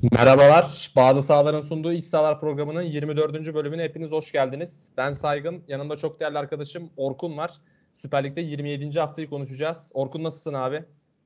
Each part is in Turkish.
Merhabalar. Bazı sahaların sunduğu İç Sahalar programının 24. bölümüne hepiniz hoş geldiniz. Ben Saygın. Yanımda çok değerli arkadaşım Orkun var. Süper Lig'de 27. haftayı konuşacağız. Orkun nasılsın abi?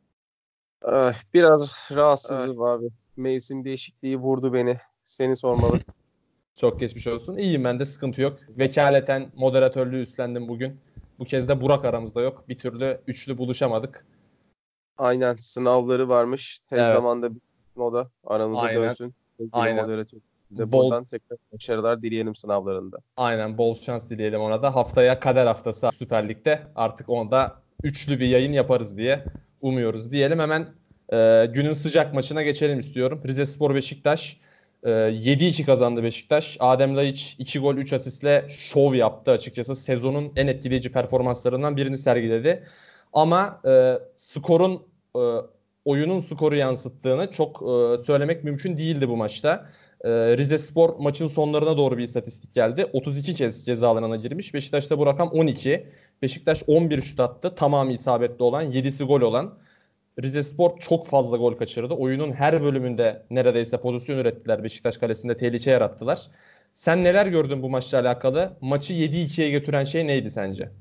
Biraz rahatsızım abi. Mevsim değişikliği vurdu beni. Seni sormalı. Çok geçmiş olsun. İyiyim ben de sıkıntı yok. Vekaleten moderatörlüğü üstlendim bugün. Bu kez de Burak aramızda yok. Bir türlü üçlü buluşamadık. Aynen sınavları varmış. Tez Evet, zamanda o da aramıza aynen, dönsün. Sevgili aynen. moderatör. De Bol buradan tekrar başarılar dileyelim sınavlarında. Aynen bol şans dileyelim ona da. Haftaya kader haftası Süper Lig'de. Artık onda üçlü bir yayın yaparız diye umuyoruz diyelim. Hemen günün sıcak maçına geçelim istiyorum. Rizespor Beşiktaş. 7-2 kazandı Beşiktaş. Adem Laiç 2 gol 3 asistle şov yaptı açıkçası. Sezonun en etkileyici performanslarından birini sergiledi. Ama e, oyunun skoru yansıttığını çok söylemek mümkün değildi bu maçta. Rizespor maçın sonlarına doğru bir istatistik geldi. 32 kez ceza alanına girmiş. Beşiktaş'ta bu rakam 12. Beşiktaş 11 şut attı. Tamamı isabetli olan, 7'si gol olan. Rizespor çok fazla gol kaçırdı. Oyunun her bölümünde neredeyse pozisyon ürettiler. Beşiktaş kalesinde tehlike yarattılar. Sen neler gördün bu maçla alakalı? Maçı 7-2'ye götüren şey neydi sence?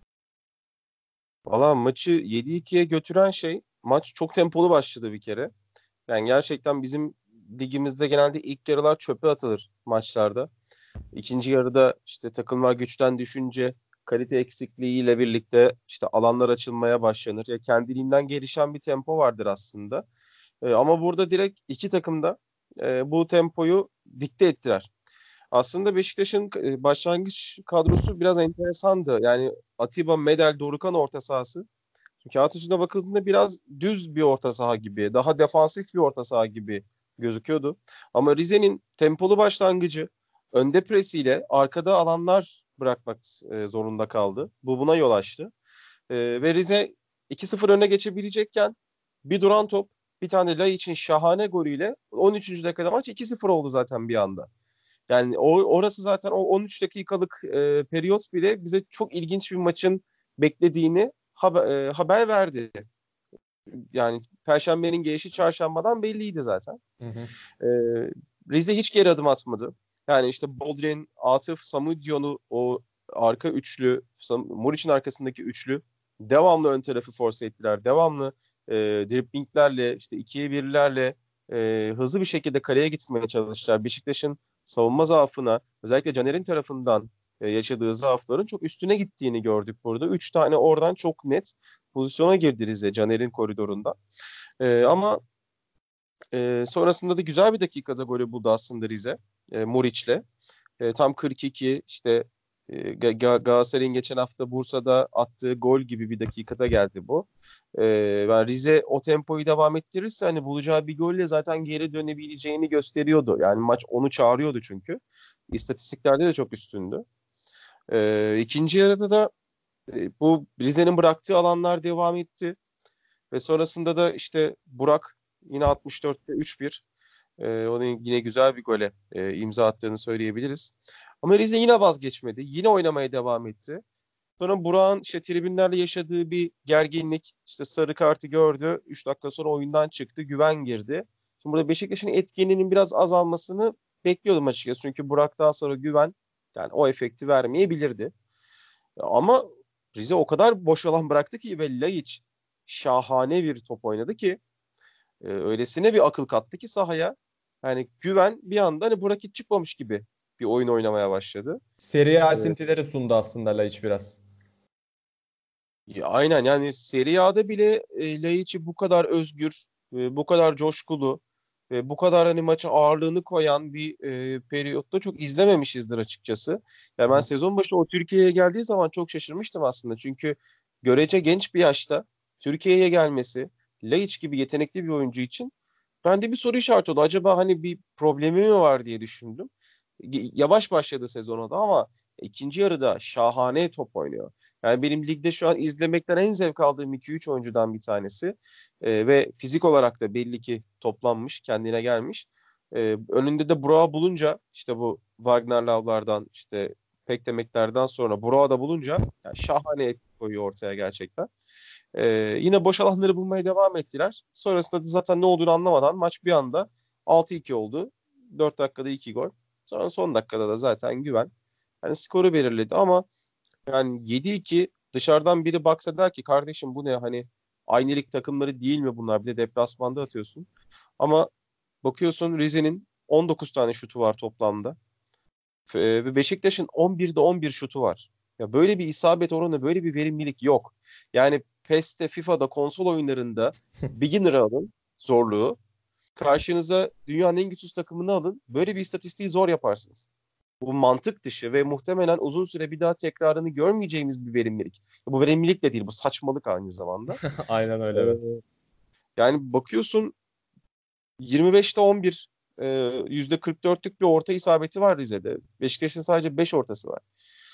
Valla maçı 7-2'ye götüren şey maç çok tempolu başladı bir kere. Yani gerçekten bizim ligimizde genelde ilk yarılar çöpe atılır maçlarda. İkinci yarıda işte takımlar güçten düşünce kalite eksikliğiyle birlikte işte alanlar açılmaya başlanır. Ya kendiliğinden gelişen bir tempo vardır aslında. Ama burada direkt iki takım da bu tempoyu dikte ettiler. Aslında Beşiktaş'ın başlangıç kadrosu biraz enteresandı. Yani Atiba, Medel, Dorukhan orta sahası. Kağıt üstüne bakıldığında biraz düz bir orta saha gibi, daha defansif bir orta saha gibi gözüküyordu. Ama Rize'nin tempolu başlangıcı, önde presiyle arkada alanlar bırakmak zorunda kaldı. Bu buna yol açtı. Ve Rize 2-0 öne geçebilecekken bir duran top, bir tane Laiç'in şahane golüyle 13. dakikada maç 2-0 oldu zaten bir anda. Yani orası zaten o 13 dakikalık periyot bile bize çok ilginç bir maçın beklediğini haber verdi. Yani Perşembenin gelişi çarşambadan belliydi zaten. Hı hı. E, Rize hiç geri adım atmadı. Yani işte Boldrin, Atıf, Samudio'nu o arka üçlü, Muriç'in arkasındaki üçlü devamlı ön tarafı force ettiler. Devamlı driblinglerle, işte ikiye birlerle hızlı bir şekilde kaleye gitmeye çalıştılar. Beşiktaş'ın savunma zaafına, özellikle Caner'in tarafından yaşadığı zaafların çok üstüne gittiğini gördük burada. Üç tane oradan çok net pozisyona girdi Rize Caner'in koridorunda. Ama sonrasında da güzel bir dakikada golü buldu aslında Rize. Muriç'le. Tam 42 işte Galatasaray'ın geçen hafta Bursa'da attığı gol gibi bir dakikada geldi bu. Ben Rize o tempoyu devam ettirirse hani bulacağı bir golle zaten geri dönebileceğini gösteriyordu. Yani maç onu çağırıyordu çünkü. İstatistiklerde de çok üstündü. İkinci yarıda da bu Rize'nin bıraktığı alanlar devam etti. Ve sonrasında da işte Burak yine 64'te 3-1. Onun yine güzel bir gole imza attığını söyleyebiliriz. Ama Rize yine vazgeçmedi. Yine oynamaya devam etti. Sonra Burak'ın işte tribünlerle yaşadığı bir gerginlik. İşte sarı kartı gördü. 3 dakika sonra oyundan çıktı. Güven girdi. Şimdi burada Beşiktaş'ın etkinliğinin biraz azalmasını bekliyordum açıkçası. Çünkü Burak'tan sonra Güven yani o efekti vermeyebilirdi. Ama Rize o kadar boş alan bıraktı ki ve Laiç şahane bir top oynadı ki öylesine bir akıl kattı ki sahaya. Yani Güven bir anda hani Burak hiç çıkmamış gibi bir oyun oynamaya başladı. Serie A E, esintileri sundu aslında Laiç biraz. aynen yani Serie A'da bile Laiç'i bu kadar özgür, bu kadar coşkulu, bu kadar hani maça ağırlığını koyan bir periyotta çok izlememişizdir açıkçası. Ya Hı ben hı. sezon başı o Türkiye'ye geldiği zaman çok şaşırmıştım aslında. Çünkü görece genç bir yaşta Türkiye'ye gelmesi, Laiç gibi yetenekli bir oyuncu için bende bir soru işareti oldu. Acaba hani bir problemi mi var diye düşündüm. Yavaş başladı sezona da ama ikinci yarıda şahane top oynuyor. Yani benim ligde şu an izlemekten en zevk aldığım 2-3 oyuncudan bir tanesi. Ve fizik olarak da belli ki toplanmış, kendine gelmiş. Önünde de Burak'ı bulunca işte bu Wagner Lavlardan işte Pektemeklerden sonra Burak'ı da bulunca yani şahane etki koyuyor ortaya gerçekten. Yine boş alanları bulmaya devam ettiler. Sonrasında da zaten ne olduğunu anlamadan maç bir anda 6-2 oldu. 4 dakikada 2 gol. Sonra son dakikada da zaten Güven hani skoru belirledi ama yani 7-2 dışarıdan biri baksa der ki kardeşim bu ne hani aynı lig takımları değil mi bunlar? Bir de deplasmanda atıyorsun. Ama bakıyorsun Rize'nin 19 tane şutu var toplamda. Ve Beşiktaş'ın 11'de 11 şutu var. Ya böyle bir isabet oranı, böyle bir verimlilik yok. Yani PES'te, FIFA'da, konsol oyunlarında beginner alın zorluğu. Karşınıza dünyanın en güçsüz takımını alın. Böyle bir istatistiği zor yaparsınız. Bu mantık dışı ve muhtemelen uzun süre bir daha tekrarını görmeyeceğimiz bir verimlilik. Bu verimlilik de değil, bu saçmalık aynı zamanda. Aynen Ee, öyle, evet. Yani bakıyorsun 25'te 11 %44'lük bir orta isabeti var Rize'de. Beşiktaş'ın sadece 5 ortası var.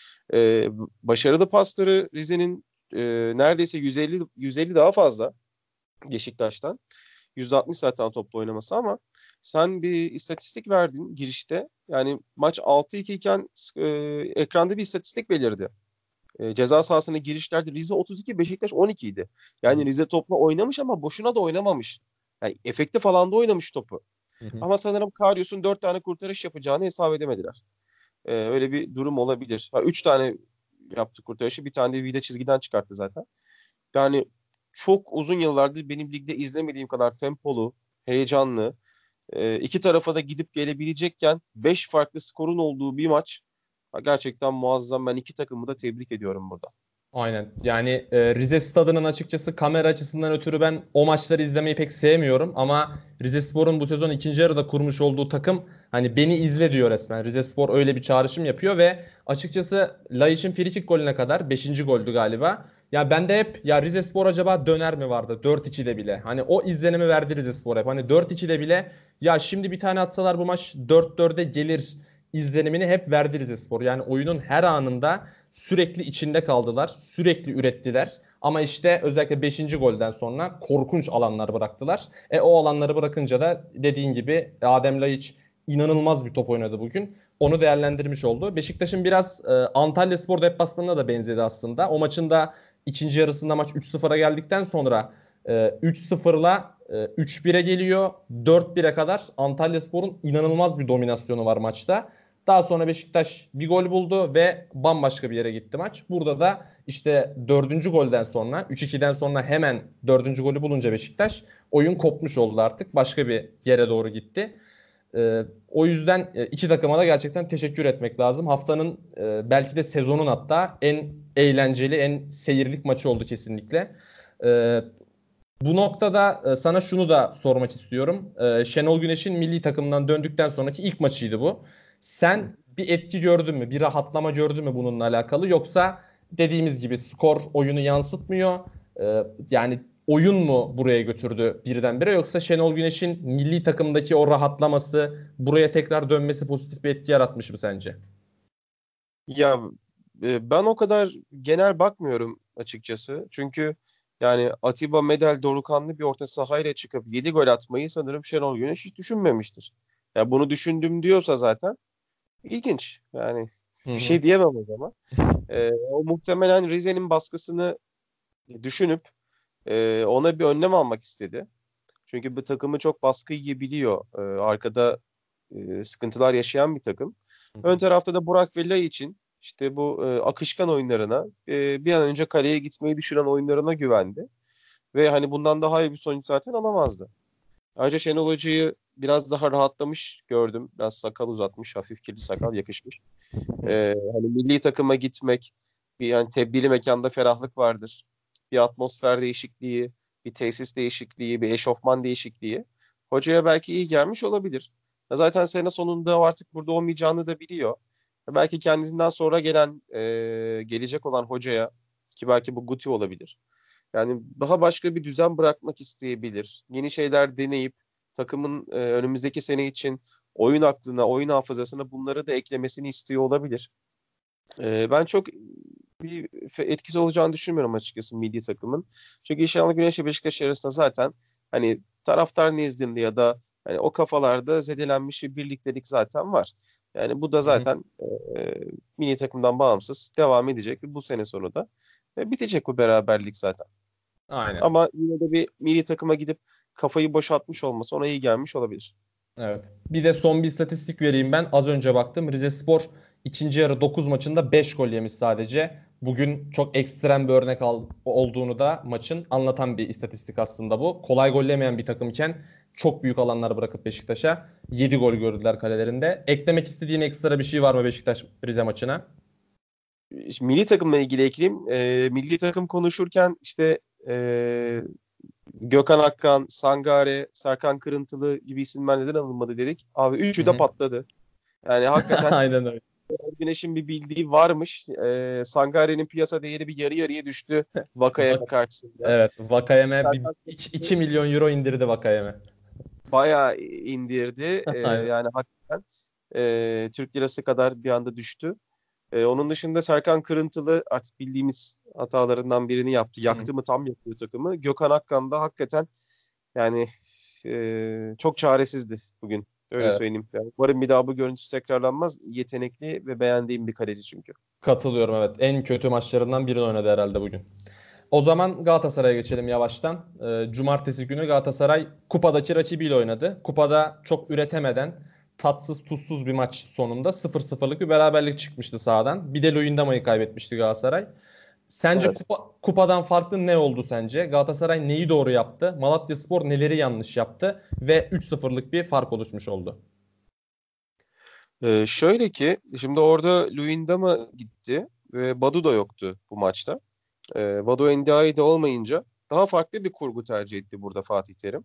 Başarılı pasları Rize'nin neredeyse 150 daha fazla Beşiktaş'tan. 160 zaten toplu oynaması ama sen bir istatistik verdin girişte. Yani maç 6-2 iken ekranda bir istatistik belirdi. Ceza sahasına girişlerde Rize 32, Beşiktaş 12 idi. Hı Yani hı. Rize topla oynamış ama boşuna da oynamamış. Yani efektif alanda oynamış topu. Hı hı. Ama sanırım Karius'un 4 tane kurtarış yapacağını hesap edemediler. Öyle bir durum olabilir. 3 tane yaptı kurtarışı. Bir tane de vida çizgiden çıkarttı zaten. Yani çok uzun yıllardır benim ligde izlemediğim kadar tempolu, heyecanlı, iki tarafa da gidip gelebilecekken 5 farklı skorun olduğu bir maç gerçekten muazzam. Ben iki takımı da tebrik ediyorum burada. Aynen. Yani Rize Stadı'nın açıkçası kamera açısından ötürü ben o maçları izlemeyi pek sevmiyorum ama Rizespor'un bu sezon ikinci yarıda kurmuş olduğu takım hani beni izle diyor resmen. Rizespor öyle bir çağrışım yapıyor ve açıkçası Laiç'in frikik golüne kadar beşinci goldü galiba. Ya bende hep ya Rizespor acaba döner mi vardı 4-2'de bile. Hani o izlenimi verdi Rizespor hep. Hani 4-2'de bile ya şimdi bir tane atsalar bu maç 4-4'e gelir izlenimini hep verdi Rizespor. Yani oyunun her anında sürekli içinde kaldılar. Sürekli ürettiler. Ama işte özellikle beşinci golden sonra korkunç alanlar bıraktılar. O alanları bırakınca da dediğin gibi Adem Laiç inanılmaz bir top oynadı bugün. Onu değerlendirmiş oldu. Beşiktaş'ın biraz Antalyaspor deplasmanına da benzedi aslında. O maçın da ikinci yarısında maç 3-0'a geldikten sonra 3-0'la 3-1'e geliyor. 4-1'e kadar Antalyaspor'un inanılmaz bir dominasyonu var maçta. Daha sonra Beşiktaş bir gol buldu ve bambaşka bir yere gitti maç. Burada da işte dördüncü golden sonra 3-2'den sonra hemen dördüncü golü bulunca Beşiktaş oyun kopmuş oldu artık. Başka bir yere doğru gitti. O yüzden iki takıma da gerçekten teşekkür etmek lazım. Haftanın belki de sezonun hatta en eğlenceli, en seyirlik maçı oldu kesinlikle. Ee, Bu noktada sana şunu da sormak istiyorum. Şenol Güneş'in milli takımdan döndükten sonraki ilk maçıydı bu. Sen bir etki gördün mü? Bir rahatlama gördün mü bununla alakalı? Yoksa dediğimiz gibi skor oyunu yansıtmıyor. Yani oyun mu buraya götürdü birdenbire? Yoksa Şenol Güneş'in milli takımdaki o rahatlaması buraya tekrar dönmesi pozitif bir etki yaratmış mı sence? Ya ben o kadar genel bakmıyorum açıkçası. Çünkü yani Atiba Medel Dorukhanlı bir orta sahayla çıkıp 7 gol atmayı sanırım Şenol Güneş hiç düşünmemiştir. Ya bunu düşündüm diyorsa zaten ilginç. Yani Hı bir hı. şey diyemem o zaman. O muhtemelen Rize'nin baskısını düşünüp ona bir önlem almak istedi. Çünkü bu takımı çok baskı yiyebiliyor. Arkada sıkıntılar yaşayan bir takım. Hı Ön hı. tarafta da Burak ve Lay için işte bu akışkan oyunlarına bir an önce kaleye gitmeyi düşünen oyunlarına güvendi. Ve hani bundan daha iyi bir sonuç zaten alamazdı. Ayrıca Şenol Hoca'yı biraz daha rahatlamış gördüm. Biraz sakal uzatmış, hafif kirli sakal yakışmış. Hani milli takıma gitmek, bir yani tebdili mekanda ferahlık vardır. Bir atmosfer değişikliği, bir tesis değişikliği, bir eşofman değişikliği. Hocaya belki iyi gelmiş olabilir. Zaten sene sonunda o artık burada olmayacağını da biliyor. Belki kendisinden sonra gelecek olan hocaya ki belki bu Guti olabilir. Yani daha başka bir düzen bırakmak isteyebilir. Yeni şeyler deneyip takımın önümüzdeki sene için oyun aklına, oyun hafızasına bunları da eklemesini istiyor olabilir. Ben çok bir etkisi olacağını düşünmüyorum açıkçası milli takımın. Çünkü İnşallah Güneş ve Beşiktaş arasında zaten hani taraftar nezdinde ya da hani o kafalarda zedelenmiş bir birliktelik zaten var. Yani bu da Hı hı. zaten milli takımdan bağımsız devam edecek. Bu sene sonu da bitecek bu beraberlik zaten. Aynen. Ama yine de bir milli takıma gidip kafayı boşaltmış olması ona iyi gelmiş olabilir. Evet. Bir de son bir istatistik vereyim ben. Az önce baktım. Rizespor ikinci yarı 9 maçında 5 gol yemiş sadece. Bugün çok ekstrem bir örnek olduğunu da maçın anlatan bir istatistik aslında bu. Kolay gol yemeyen bir takımken çok büyük alanlar bırakıp Beşiktaş'a 7 gol gördüler kalelerinde. Eklemek istediğin ekstra bir şey var mı Beşiktaş Rize maçına? Milli takımla ilgili ekleyeyim. Milli takım konuşurken işte Gökhan Akkan, Sangare, Serkan Kırıntılı gibi isimler neden alınmadı dedik. Abi Hı üçü de hı. patladı. Yani hakikaten Aynen öyle. Güneş'in bir bildiği varmış. Sangare'nin piyasa değeri bir yarı yarıya düştü Vakayeme Bak, karşısında. evet. Vakayeme Serkan 2 Kırıntılı milyon euro indirdi Vakayeme. bayağı indirdi. Aynen. Yani hakikaten Türk lirası kadar bir anda düştü. Onun dışında Serkan Kırıntılı artık bildiğimiz hatalarından birini yaptı. Hı. Yaktı mı tam yapıyor takımı. Gökhan Akkan da hakikaten yani çok çaresizdi bugün. Öyle Evet. söyleyeyim. Yani umarım bir daha bu görüntüsü tekrarlanmaz. Yetenekli ve beğendiğim bir kaleci çünkü. Katılıyorum, evet. En kötü maçlarından birini oynadı herhalde bugün. O zaman Galatasaray'a geçelim yavaştan. Cumartesi günü Galatasaray kupadaki rakibiyle oynadı. Kupada çok üretemeden tatsız tuzsuz bir maç sonunda 0-0'lık bir beraberlik çıkmıştı sahadan. Bir de Luyendama'yı kaybetmişti Galatasaray. Sence Evet. kupadan farklı ne oldu sence? Galatasaray neyi doğru yaptı? Malatyaspor neleri yanlış yaptı? Ve 3-0'lık bir fark oluşmuş oldu. Şöyle ki şimdi orada Luyendama gitti ve Badu da yoktu bu maçta. Badu Endiaye de olmayınca daha farklı bir kurgu tercih etti burada Fatih Terim.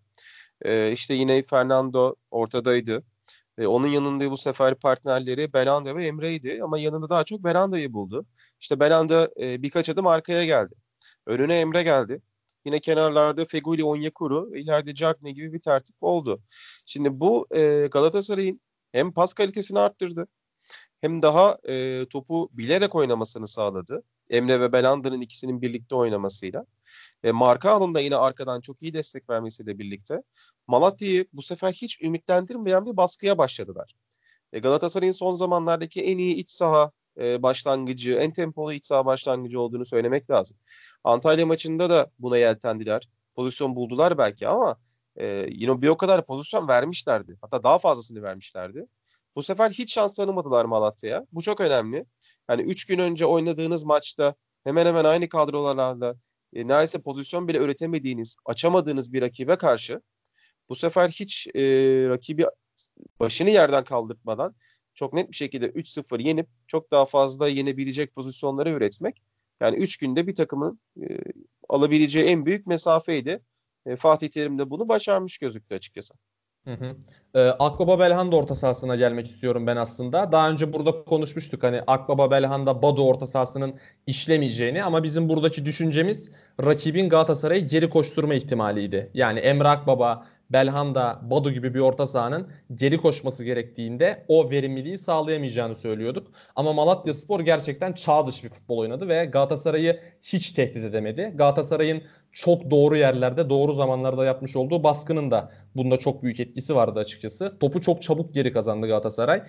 İşte yine Fernando ortadaydı. Onun yanında bu sefer partnerleri Belhanda ve Emre'ydi ama yanında daha çok Belanda'yı buldu. İşte Belhanda birkaç adım arkaya geldi. Önüne Emre geldi. Yine kenarlarda Feguli, Onyekuru, ileride Cagney gibi bir tertip oldu. Şimdi bu Galatasaray'ın hem pas kalitesini arttırdı hem daha topu bilerek oynamasını sağladı. Emre ve Belanda'nın ikisinin birlikte oynamasıyla. Marcao'nun da yine arkadan çok iyi destek vermesiyle birlikte Malatya'yı bu sefer hiç ümitlendirmeyen bir baskıya başladılar. Galatasaray'ın son zamanlardaki en iyi iç saha başlangıcı, en tempolu iç saha başlangıcı olduğunu söylemek lazım. Antalya maçında da buna yeltendiler. Pozisyon buldular belki ama yine bir o kadar pozisyon vermişlerdi. Hatta daha fazlasını vermişlerdi. Bu sefer hiç şans tanımadılar Malatya'ya. Bu çok önemli. Yani 3 gün önce oynadığınız maçta hemen hemen aynı kadrolarla neredeyse pozisyon bile üretemediğiniz, açamadığınız bir rakibe karşı bu sefer hiç rakibi başını yerden kaldırmadan çok net bir şekilde 3-0 yenip çok daha fazla yenebilecek pozisyonları üretmek. Yani 3 günde bir takımın alabileceği en büyük mesafeydi. Fatih Terim de bunu başarmış gözüktü açıkçası. Hı hı. Akbaba Belhanda orta sahasına gelmek istiyorum ben aslında. Daha önce burada konuşmuştuk hani Akbaba Belhanda Badu orta sahasının işlemeyeceğini ama bizim buradaki düşüncemiz rakibin Galatasaray'ı geri koşturma ihtimaliydi. Yani Emre Akbaba, Belhanda, Badu gibi bir orta sahanın geri koşması gerektiğinde o verimliliği sağlayamayacağını söylüyorduk. Ama Malatyaspor gerçekten çağ dışı bir futbol oynadı ve Galatasaray'ı hiç tehdit edemedi. Galatasaray'ın çok doğru yerlerde, doğru zamanlarda yapmış olduğu baskının da bunda çok büyük etkisi vardı açıkçası. Topu çok çabuk geri kazandı Galatasaray.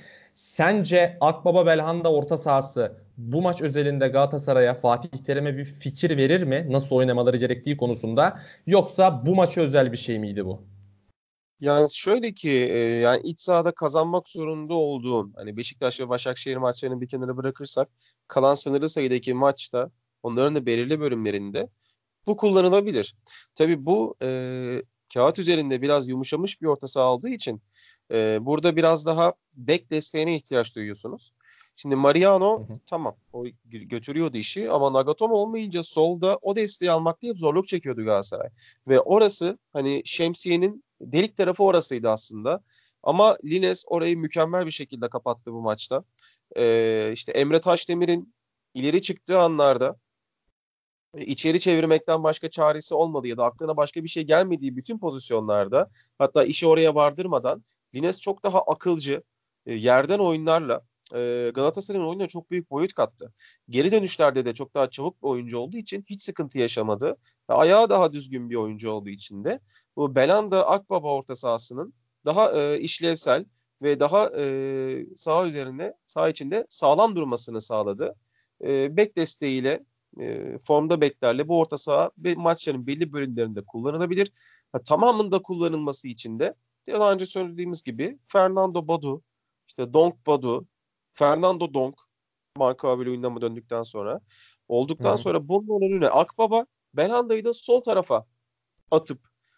Sence Akbaba Belhanda orta sahası bu maç özelinde Galatasaray'a Fatih Terim'e bir fikir verir mi? Nasıl oynamaları gerektiği konusunda. Yoksa bu maça özel bir şey miydi bu? Yani şöyle ki yani iç sahada kazanmak zorunda olduğun hani Beşiktaş ve Başakşehir maçlarını bir kenara bırakırsak kalan sınırlı sayıdaki maçta onların da belirli bölümlerinde bu kullanılabilir. Tabii bu kağıt üzerinde biraz yumuşamış bir orta saha olduğu için burada biraz daha bek desteğine ihtiyaç duyuyorsunuz. Şimdi Hı Mariano hı. tamam o götürüyordu işi ama Nagatomo olmayınca solda o desteği almakta hep zorluk çekiyordu Galatasaray. Ve orası hani şemsiyenin delik tarafı orasıydı aslında. Ama Lines orayı mükemmel bir şekilde kapattı bu maçta. İşte Emre Taşdemir'in ileri çıktığı anlarda içeri çevirmekten başka çaresi olmadı ya da aklına başka bir şey gelmediği bütün pozisyonlarda hatta işi oraya vardırmadan Lines çok daha akılcı yerden oyunlarla Galatasaray'ın oyununa çok büyük boyut kattı. Geri dönüşlerde de çok daha çabuk bir oyuncu olduğu için hiç sıkıntı yaşamadı. Ayağı daha düzgün bir oyuncu olduğu için de bu Belanda Akbaba orta sahasının daha işlevsel ve daha saha üzerinde saha içinde sağlam durmasını sağladı. Bek desteğiyle formda beklerle bu orta saha ve maçların belli bölümlerinde kullanılabilir. Tamamında kullanılması için de daha önce söylediğimiz gibi Fernando Badu, işte Donk Badu, Fernando Donk, Marco Aurelio oynama döndükten sonra Hı olduktan hı. sonra bunun önüne Akbaba, Belhanda'yı da sol tarafa atıp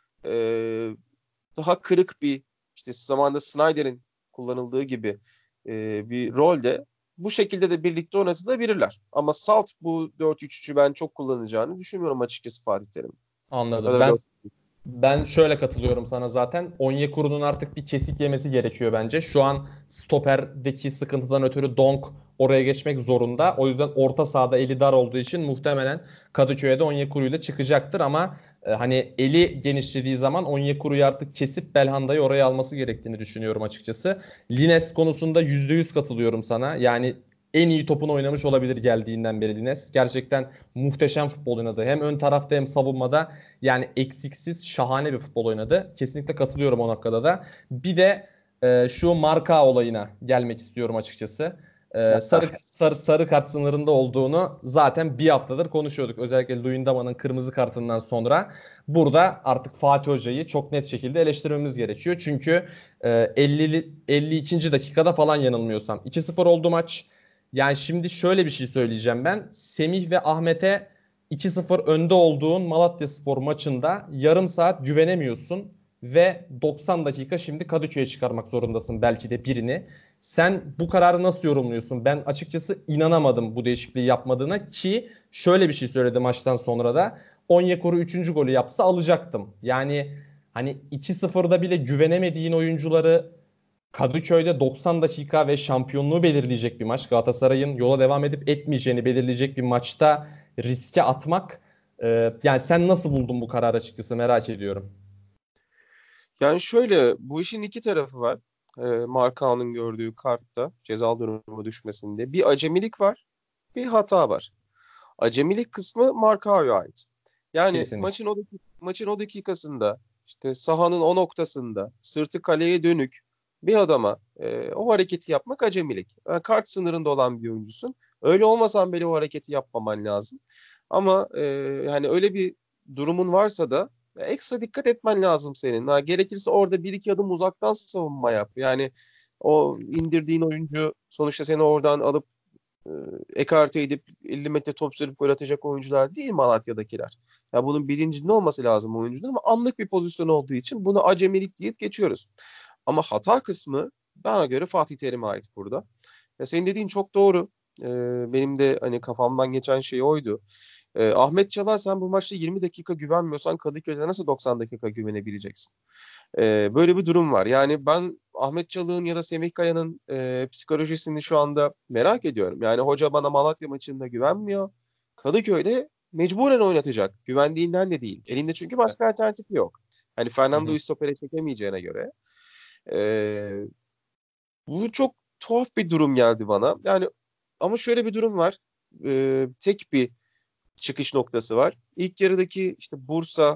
daha kırık bir, işte zamanında Snyder'in kullanıldığı gibi bir rolde bu şekilde de birlikte oynatılabilirler. Ama Salt bu 4-3-3'ü ben çok kullanacağını düşünmüyorum açıkçası Fatih Terim. Ya Anladım. da 4. Ben şöyle katılıyorum sana zaten. Onyekuru'nun artık bir kesik yemesi gerekiyor bence. Şu an stoperdeki sıkıntıdan ötürü Donk oraya geçmek zorunda. O yüzden orta sahada eli dar olduğu için muhtemelen Kadıköy'e de Onyekuru ile çıkacaktır ama hani eli genişlediği zaman Onyekuru'yu artık kesip Belhanda'yı oraya alması gerektiğini düşünüyorum açıkçası. Lines konusunda %100 katılıyorum sana. Yani en iyi topunu oynamış olabilir geldiğinden beri Lines. Gerçekten muhteşem futbol oynadı. Hem ön tarafta hem savunmada. Yani eksiksiz şahane bir futbol oynadı. Kesinlikle katılıyorum o noktada da. Bir de şu marka olayına gelmek istiyorum açıkçası. Sarı kart sınırında olduğunu zaten bir haftadır konuşuyorduk. Özellikle Luyendama'nın kırmızı kartından sonra burada artık Fatih Hoca'yı çok net şekilde eleştirmemiz gerekiyor. Çünkü 52. dakikada falan yanılmıyorsam 2-0 oldu maç. Yani şimdi şöyle bir şey söyleyeceğim ben. Semih ve Ahmet'e 2-0 önde olduğun Malatyaspor maçında yarım saat güvenemiyorsun ve 90 dakika şimdi Kadıköy'e çıkarmak zorundasın belki de birini. Sen bu kararı nasıl yorumluyorsun? Ben açıkçası inanamadım bu değişikliği yapmadığına ki şöyle bir şey söyledi maçtan sonra da Onyekuru 3. golü yapsa alacaktım. Yani hani 2-0'da bile güvenemediğin oyuncuları Kadıköy'de 90 dakika ve şampiyonluğu belirleyecek bir maç. Galatasaray'ın yola devam edip etmeyeceğini belirleyecek bir maçta riske atmak. Yani sen nasıl buldun bu kararı açıkçası merak ediyorum. Yani şöyle, bu işin iki tarafı var. Markao'nun gördüğü kartta ceza durumu düşmesinde bir acemilik var, bir hata var. Acemilik kısmı Markao'ya ait. Yani Kesinlikle. maçın o dakikasında, işte sahanın o noktasında sırtı kaleye dönük bir adama o hareketi yapmak acemilik. Yani kart sınırında olan bir oyuncusun. Öyle olmasan bile o hareketi yapmaman lazım. Ama yani öyle bir durumun varsa da ekstra dikkat etmen lazım senin. Ha, gerekirse orada bir iki adım uzaktan savunma yap. Yani o indirdiğin oyuncu sonuçta seni oradan alıp e, ekarte edip 50 metre top sürüp gol atacak oyuncular değil Malatya'dakiler. Ya bunun bilincinde olması lazım oyuncunun ama anlık bir pozisyon olduğu için bunu acemilik deyip geçiyoruz. Ama hata kısmı bana göre Fatih Terim'e ait burada. Ya senin dediğin çok doğru. Benim de hani kafamdan geçen şey oydu. Ahmet Çalar, sen bu maçta 20 dakika güvenmiyorsan Kadıköy'de nasıl 90 dakika güvenebileceksin? Böyle bir durum var. Yani ben Ahmet Çalık'ın ya da Semih Kaya'nın psikolojisini şu anda merak ediyorum. Yani hoca bana Malatya maçında güvenmiyor. Kadıköy'de mecburen oynatacak. Güvendiğinden de değil. Elinde çünkü Kesinlikle. başka alternatif yok. Hani Hı hı. Fernando'yu stopere çekemeyeceğine göre. Ee, Bu çok tuhaf bir durum geldi bana. Yani ama şöyle bir durum var. Tek bir çıkış noktası var. İlk yarıdaki işte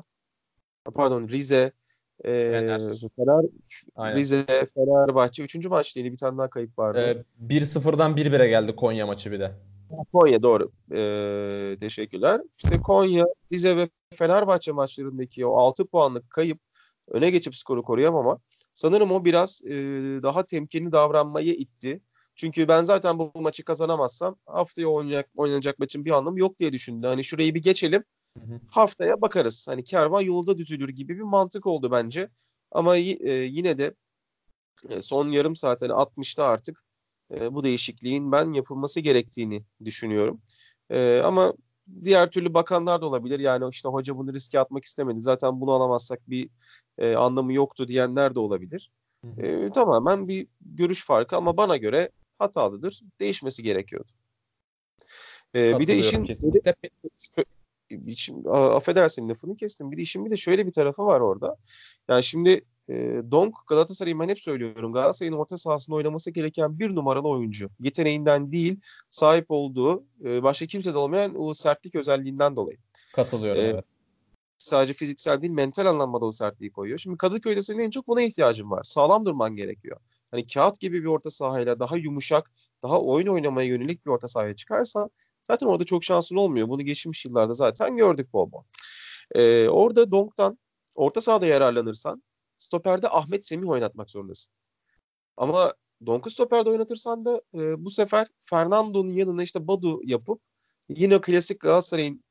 Rize, Fener. Fener, Aynen. Rize, Fenerbahçe. Üçüncü maç değil. Bir tane daha kayıp vardı. 1-0'dan 1-1'e geldi Konya maçı bir de. Konya doğru. Teşekkürler. İşte Konya, Rize ve Fenerbahçe maçlarındaki o 6 puanlık kayıp öne geçip skoru koruyamama sanırım o biraz daha temkinli davranmayı itti. Çünkü ben zaten bu maçı kazanamazsam haftaya oynanacak maçın bir anlamı yok diye düşündü. Hani şurayı bir geçelim, Hı hı. haftaya bakarız. Hani kervan yolda düzülür gibi bir mantık oldu bence. Ama yine de son yarım saat hani 60'ta artık bu değişikliğin ben yapılması gerektiğini düşünüyorum. Ama diğer türlü bakanlar da olabilir. Yani işte hoca bunu riske atmak istemedi. Zaten bunu alamazsak bir anlamı yoktu diyenler de olabilir. Hı hı. Tamamen bir görüş farkı ama bana göre hatalıdır. Değişmesi gerekiyordu. Bir de Katılıyorum işin kesinlikle. affedersin lafını kestim. Bir de işin bir de şöyle bir tarafı var orada. Yani şimdi Donk Galatasaray'ın ben hep söylüyorum. Galatasaray'ın orta sahasında oynaması gereken bir numaralı oyuncu. Yeteneğinden değil, sahip olduğu başka kimsede olmayan o sertlik özelliğinden dolayı. Katılıyorum E, evet. Sadece fiziksel değil, mental anlamda da o sertliği koyuyor. Şimdi Kadıköy'de senin en çok buna ihtiyacın var. Sağlam durman gerekiyor. Hani kağıt gibi bir orta sahayla daha yumuşak, daha oyun oynamaya yönelik bir orta sahaya çıkarsan zaten orada çok şansın olmuyor. Bunu geçmiş yıllarda zaten gördük bol bol. Orada Donk'tan orta sahada yararlanırsan stoperde Ahmet Semih oynatmak zorundasın. Ama Donk'u stoperde oynatırsan da bu sefer Fernando'nun yanına işte Badu yapıp yine klasik Galatasaray'ın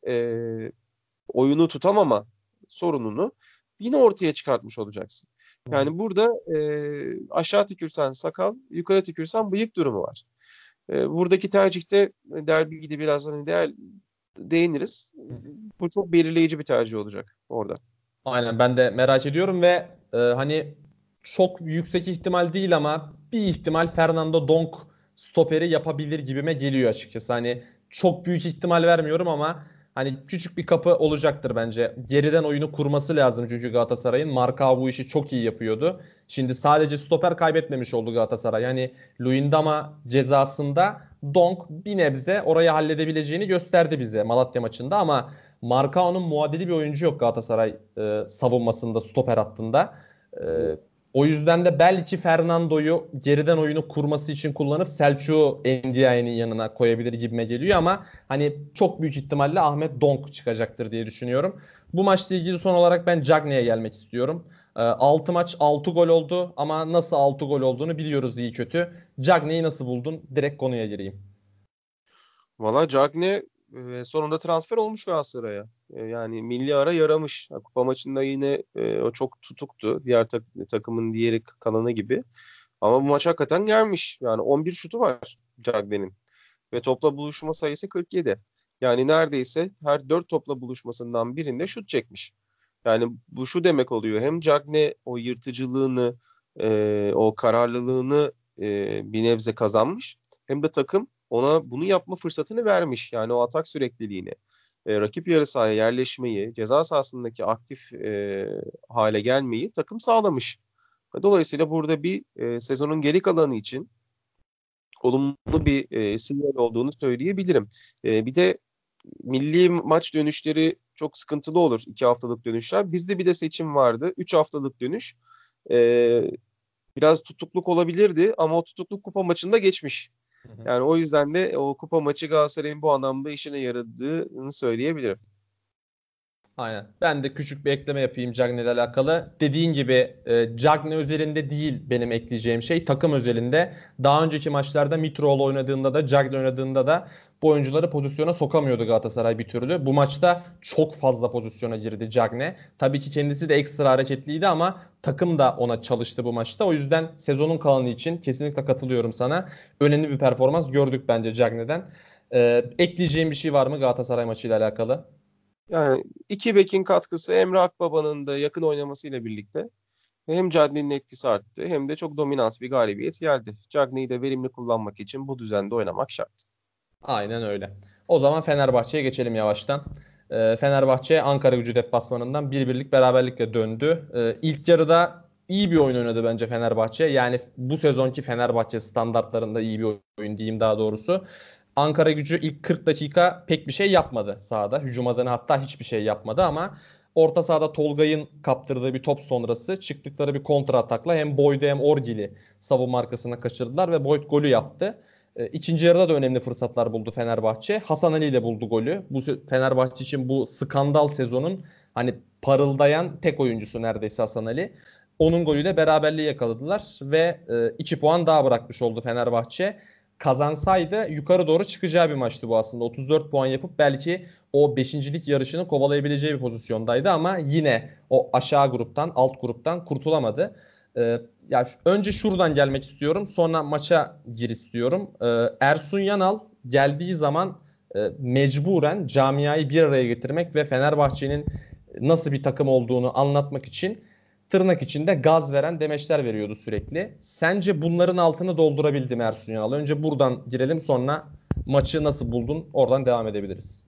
oyunu tutamama sorununu yine ortaya çıkartmış olacaksın. Hı hı. Yani burada aşağı tükürsen sakal, yukarı tükürsen bıyık durumu var. Buradaki tercihte derbi gibi biraz hani değiniriz. Bu çok belirleyici bir tercih olacak orada. Aynen, ben de merak ediyorum ve hani çok yüksek ihtimal değil ama bir ihtimal Fernando Donk stoperi yapabilir gibime geliyor açıkçası. Hani çok büyük ihtimal vermiyorum ama hani küçük bir kapı olacaktır bence. Geriden oyunu kurması lazım çünkü Galatasaray'ın. Marka bu işi çok iyi yapıyordu. Şimdi sadece stoper kaybetmemiş oldu Galatasaray. Yani Luyendama cezasında Donk bir nebze orayı halledebileceğini gösterdi bize Malatya maçında ama Markao'nun muadili bir oyuncu yok Galatasaray savunmasında, stoper hattında. E, O yüzden de belki Fernando'yu geriden oyunu kurması için kullanıp Selçuk'u Ndiaye'nin yanına koyabilir gibime geliyor ama hani çok büyük ihtimalle Ahmet Donk çıkacaktır diye düşünüyorum. Bu maçla ilgili son olarak ben Cagney'e gelmek istiyorum. 6 maç 6 gol oldu ama nasıl 6 gol olduğunu biliyoruz iyi kötü. Cagney'i nasıl buldun? Direkt konuya gireyim. Valla Cagne sonunda transfer olmuş Galatasaray'a. Yani milli ara yaramış. Kupa maçında yine o çok tutuktu. Diğer takımın diğeri kalanı gibi. Ama bu maç hakikaten gelmiş. Yani 11 şutu var Cagne'nin. Ve topla buluşma sayısı 47. Yani neredeyse her 4 topla buluşmasından birinde şut çekmiş. Yani bu şu demek oluyor. Hem Cagne o yırtıcılığını, o kararlılığını bir nebze kazanmış. Hem de takım ona bunu yapma fırsatını vermiş. Yani o atak sürekliliğini, rakip yarı sahaya yerleşmeyi, ceza sahasındaki aktif hale gelmeyi takım sağlamış. Dolayısıyla burada bir sezonun geri kalanı için olumlu bir sinyal olduğunu söyleyebilirim. Bir de milli maç dönüşleri çok sıkıntılı olur. 2 haftalık dönüşler. Bizde bir de seçim vardı. 3 haftalık dönüş. E, Biraz tutukluk olabilirdi ama o tutukluk kupa maçında geçmiş. Hı hı. Yani o yüzden de o kupa maçı Galatasaray'ın bu anlamda işine yaradığını söyleyebilirim. Aynen. Ben de küçük bir ekleme yapayım Cagney ile alakalı. Dediğin gibi Cagney özelinde değil benim ekleyeceğim şey. Takım özelinde. Daha önceki maçlarda Mitroğlu oynadığında da Cagney oynadığında da bu oyuncuları pozisyona sokamıyordu Galatasaray bir türlü. Bu maçta çok fazla pozisyona girdi Cagney. Tabii ki kendisi de ekstra hareketliydi ama takım da ona çalıştı bu maçta. O yüzden sezonun kalanı için kesinlikle katılıyorum sana. Önemli bir performans gördük bence Cagney'den. Ekleyeceğim bir şey var mı Galatasaray maçıyla alakalı? Yani iki bekin katkısı Emre Akbaba'nın da yakın oynamasıyla birlikte hem Cagney'in etkisi arttı hem de çok dominant bir galibiyet geldi. Cagney'i de verimli kullanmak için bu düzende oynamak şart. Aynen öyle. O zaman Fenerbahçe'ye geçelim yavaştan. Fenerbahçe Ankaragücü deplasmanından bir birlik beraberlikle döndü. İlk yarıda iyi bir oyun oynadı bence Fenerbahçe. Yani bu sezonki Fenerbahçe standartlarında iyi bir oyun diyeyim daha doğrusu. Ankaragücü ilk 40 dakika pek bir şey yapmadı sahada. Hücum adına hatta hiçbir şey yapmadı ama orta sahada Tolgay'ın kaptırdığı bir top sonrası çıktıkları bir kontra atakla hem Boyd'u hem Orgil'i savunma arkasına kaçırdılar ve Boyd golü yaptı. İkinci yarıda da önemli fırsatlar buldu Fenerbahçe. Hasan Ali ile buldu golü. Bu Fenerbahçe için bu skandal sezonun hani parıldayan tek oyuncusu neredeyse Hasan Ali. Onun golüyle beraberliği yakaladılar ve 2 puan daha bırakmış oldu Fenerbahçe. Kazansaydı yukarı doğru çıkacağı bir maçtı bu aslında. 34 puan yapıp belki o beşincilik yarışını kovalayabileceği bir pozisyondaydı ama yine o aşağı gruptan, alt gruptan kurtulamadı. Ya önce şuradan gelmek istiyorum. Sonra maça gir istiyorum. Ersun Yanal geldiği zaman mecburen camiayı bir araya getirmek ve Fenerbahçe'nin nasıl bir takım olduğunu anlatmak için tırnak içinde gaz veren demeçler veriyordu sürekli. Sence bunların altını doldurabildi mi Ersun Yanal? Önce buradan girelim, sonra maçı nasıl buldun? Oradan devam edebiliriz.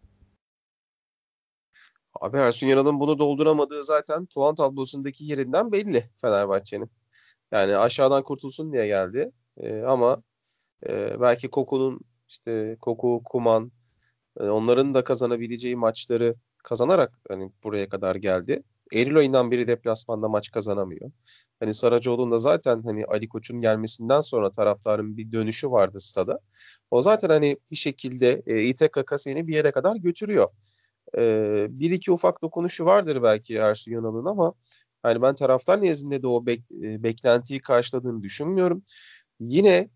Abi Ersun Yanal'ın bunu dolduramadığı zaten puan tablosundaki yerinden belli Fenerbahçe'nin. Yani aşağıdan kurtulsun diye geldi. Ama belki Koku'nun işte Koku, Kuman onların da kazanabileceği maçları kazanarak hani buraya kadar geldi. Eylül ayından beri deplasmanda maç kazanamıyor. Hani Saracoğlu'nda zaten hani Ali Koç'un gelmesinden sonra taraftarın bir dönüşü vardı stada. O zaten hani bir şekilde İTKK seni bir yere kadar götürüyor. Bir iki ufak dokunuşu vardır belki Ersun Yanal'ın ama Yani ben taraftar nezdinde de o beklentiyi karşıladığını düşünmüyorum. Yine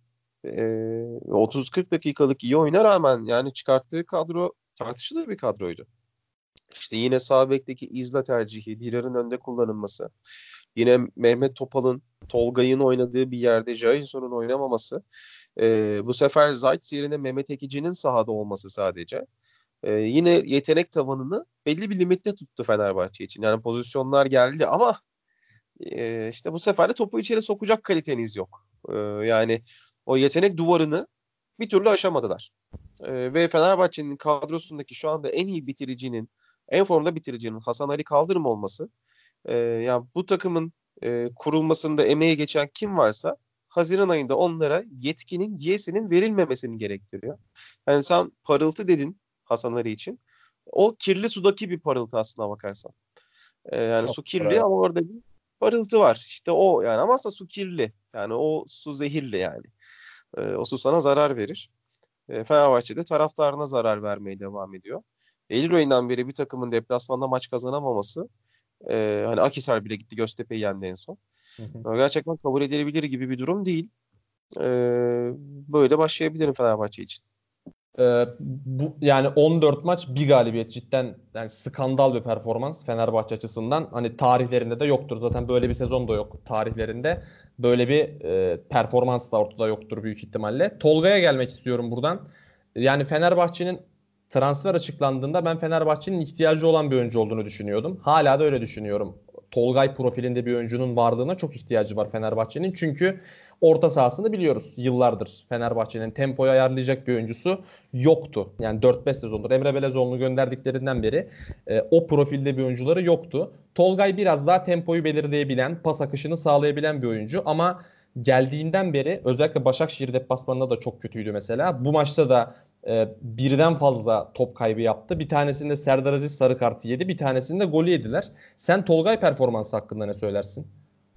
30-40 dakikalık iyi oyuna rağmen yani çıkarttığı kadro tartışılır bir kadroydu. İşte yine sağ bekteki İzla tercihi, Dirar'ın önde kullanılması, yine Mehmet Topal'ın Tolga'nın oynadığı bir yerde Jainson'un oynamaması, bu sefer Zayt yerine Mehmet Ekici'nin sahada olması sadece. Yine yetenek tavanını belli bir limitte tuttu Fenerbahçe için. Yani pozisyonlar geldi ama işte bu sefer de topu içeri sokacak kaliteniz yok. Yani o yetenek duvarını bir türlü aşamadılar. Ve Fenerbahçe'nin kadrosundaki şu anda en iyi bitiricinin, en formda bitiricinin Hasan Ali Kaldırım olması, yani bu takımın kurulmasında emeği geçen kim varsa Haziran ayında onlara yetkinin, yesinin verilmemesini gerektiriyor. Yani sen parıltı dedin Hasan Ali için. O kirli sudaki bir parıltı aslına bakarsan. Yani Çok su doğru, kirli evet. ama orada bir parıltı var. İşte o yani ama aslında su kirli. Yani o su zehirli yani. O su sana zarar verir. Fenerbahçe'de taraftarına zarar vermeye devam ediyor. Eylül ayından beri bir takımın deplasmanda maç kazanamaması, hani Akhisar bile gitti Göztepe'yi yendi en son. Hı hı. Gerçekten kabul edilebilir gibi bir durum değil. E, Böyle başlayabilirim Fenerbahçe için. Bu yani 14 maç bir galibiyet, cidden yani skandal bir performans Fenerbahçe açısından. Hani tarihlerinde de yoktur. Zaten böyle bir sezon da yok tarihlerinde. Böyle bir performans da ortada yoktur büyük ihtimalle. Tolga'ya gelmek istiyorum buradan. Yani Fenerbahçe'nin transfer açıklandığında ben Fenerbahçe'nin ihtiyacı olan bir oyuncu olduğunu düşünüyordum. Hala da öyle düşünüyorum. Tolgay profilinde bir oyuncunun varlığına çok ihtiyacı var Fenerbahçe'nin. Çünkü orta sahasını biliyoruz yıllardır. Fenerbahçe'nin tempoyu ayarlayacak bir oyuncusu yoktu. Yani 4-5 sezondur Emre Belezoğlu'nu gönderdiklerinden beri o profilde bir oyuncuları yoktu. Tolgay biraz daha tempoyu belirleyebilen, pas akışını sağlayabilen bir oyuncu ama geldiğinden beri özellikle Başakşehir deplasmanında da çok kötüydü mesela. Bu maçta da birden fazla top kaybı yaptı. Bir tanesinde Serdar Aziz sarı kartı yedi, bir tanesinde golü yediler. Sen Tolgay performansı hakkında ne söylersin?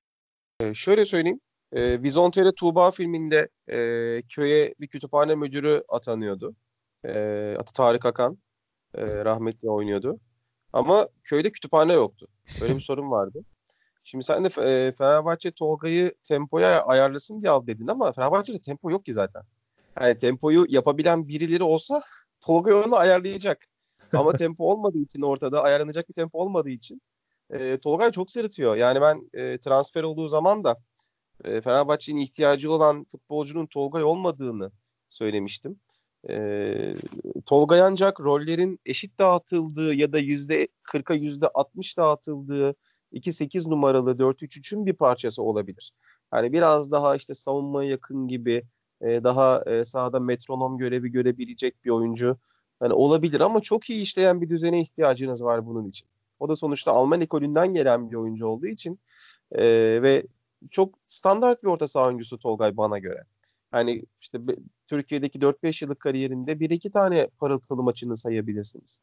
Şöyle söyleyeyim. Vizontele Tuğba filminde köye bir kütüphane müdürü atanıyordu. Adı Tarık Akan. Rahmetli oynuyordu. Ama köyde kütüphane yoktu. Böyle bir sorun vardı. Şimdi sen de Fenerbahçe Tolga'yı tempoya ayarlasın diye al dedin ama Fenerbahçe'de tempo yok ki zaten. Yani tempoyu yapabilen birileri olsa Tolga onu ayarlayacak. Ama tempo olmadığı için ortada ayarlanacak bir tempo olmadığı için Tolgay çok sırıtıyor. Yani ben transfer olduğu zaman da Fenerbahçe'nin ihtiyacı olan futbolcunun Tolgay olmadığını söylemiştim. E, Tolgay ancak rollerin eşit dağıtıldığı ya da %40'a %60 dağıtıldığı 2-8 numaralı 4-3-3'ün bir parçası olabilir. Yani biraz daha işte savunmaya yakın gibi daha sahada metronom görevi görebilecek bir oyuncu hani olabilir ama çok iyi işleyen bir düzene ihtiyacınız var bunun için. O da sonuçta Alman ekolünden gelen bir oyuncu olduğu için ve çok standart bir orta saha oyuncusu Tolgay bana göre. Hani işte Türkiye'deki 4-5 yıllık kariyerinde bir iki tane parıltılı maçını sayabilirsiniz.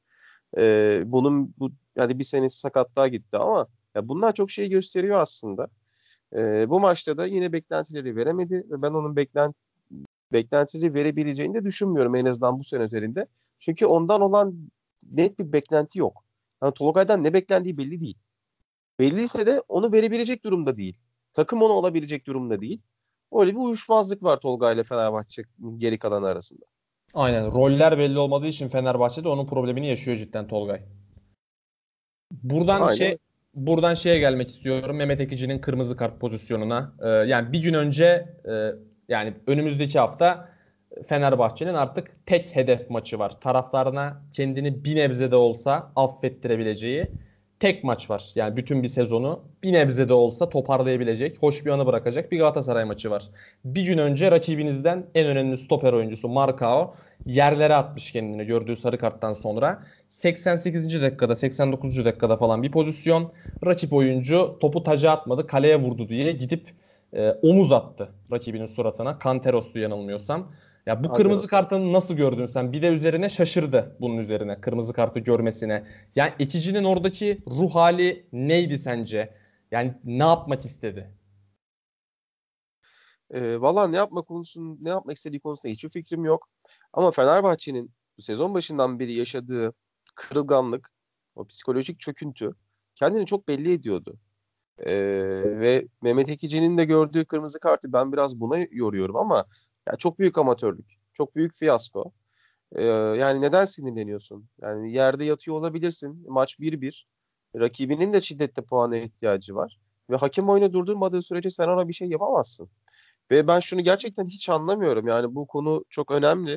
Bunun yani bir senesi sakatlığa gitti ama ya bunlar çok şey gösteriyor aslında. Bu maçta da yine beklentileri veremedi ve ben onun beklentileri verebileceğini de düşünmüyorum en azından bu sene özelinde. Çünkü ondan olan net bir beklenti yok. Yani Tolgay'dan ne beklendiği belli değil. Belliyse de onu verebilecek durumda değil. Takım onu olabilecek durumda değil. Öyle bir uyuşmazlık var Tolga ile Fenerbahçe geri kalan arasında. Aynen. Roller belli olmadığı için Fenerbahçe'de onun problemini yaşıyor cidden Tolgay. Buradan Aynen. buradan şeye gelmek istiyorum. Mehmet Ekici'nin kırmızı kart pozisyonuna. Yani bir gün önce yani önümüzdeki hafta Fenerbahçe'nin artık tek hedef maçı var. Taraftarına kendini bir nebze de olsa affettirebileceği tek maç var. Yani bütün bir sezonu bir nebze de olsa toparlayabilecek, hoş bir anı bırakacak bir Galatasaray maçı var. Bir gün önce rakibinizden en önemli stoper oyuncusu Marcao yerlere atmış kendini gördüğü sarı karttan sonra. 88. dakikada 89. dakikada falan bir pozisyon. Rakip oyuncu topu taca atmadı, kaleye vurdu diye gidip omuz attı rakibinin suratına. Kanteros'tu yanılmıyorsam. Ya bu kırmızı Anteros. kartını nasıl gördün sen? Bir de üzerine şaşırdı bunun üzerine kırmızı kartı görmesine. Yani Ekici'nin oradaki ruh hali neydi sence? Yani ne yapmak istedi? Valla ne yapmak istediği konusunda hiçbir fikrim yok. Ama Fenerbahçe'nin bu sezon başından beri yaşadığı kırılganlık, o psikolojik çöküntü kendini çok belli ediyordu. Ve Mehmet Ekici'nin de gördüğü kırmızı kartı ben biraz buna yoruyorum ama ya çok büyük amatörlük. Çok büyük fiyasko. Yani neden sinirleniyorsun? Yani yerde yatıyor olabilirsin. Maç 1-1. Rakibinin de şiddetli puana ihtiyacı var. Ve hakem oyunu durdurmadığı sürece sen ona bir şey yapamazsın. Ve ben şunu gerçekten hiç anlamıyorum. Yani bu konu çok önemli.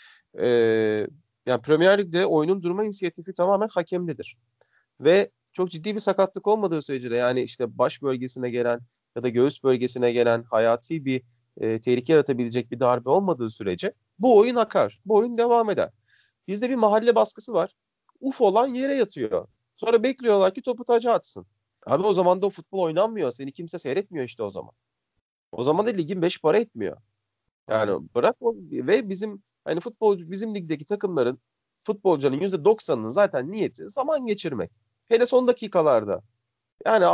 Yani Premier Lig'de oyunun durma inisiyatifi tamamen hakemlidir. Ve çok ciddi bir sakatlık olmadığı sürece de yani işte baş bölgesine gelen ya da göğüs bölgesine gelen hayati bir tehlike yaratabilecek bir darbe olmadığı sürece bu oyun akar. Bu oyun devam eder. Bizde bir mahalle baskısı var. Uf olan yere yatıyor. Sonra bekliyorlar ki topu taca atsın. Abi o zaman da o futbol oynanmıyor. Seni kimse seyretmiyor işte o zaman. O zaman da ligin beş para etmiyor. Aynen. Yani bırak o ve bizim hani bizim ligdeki takımların futbolcunun %90'ının zaten niyeti zaman geçirmek. Hele son dakikalarda. Yani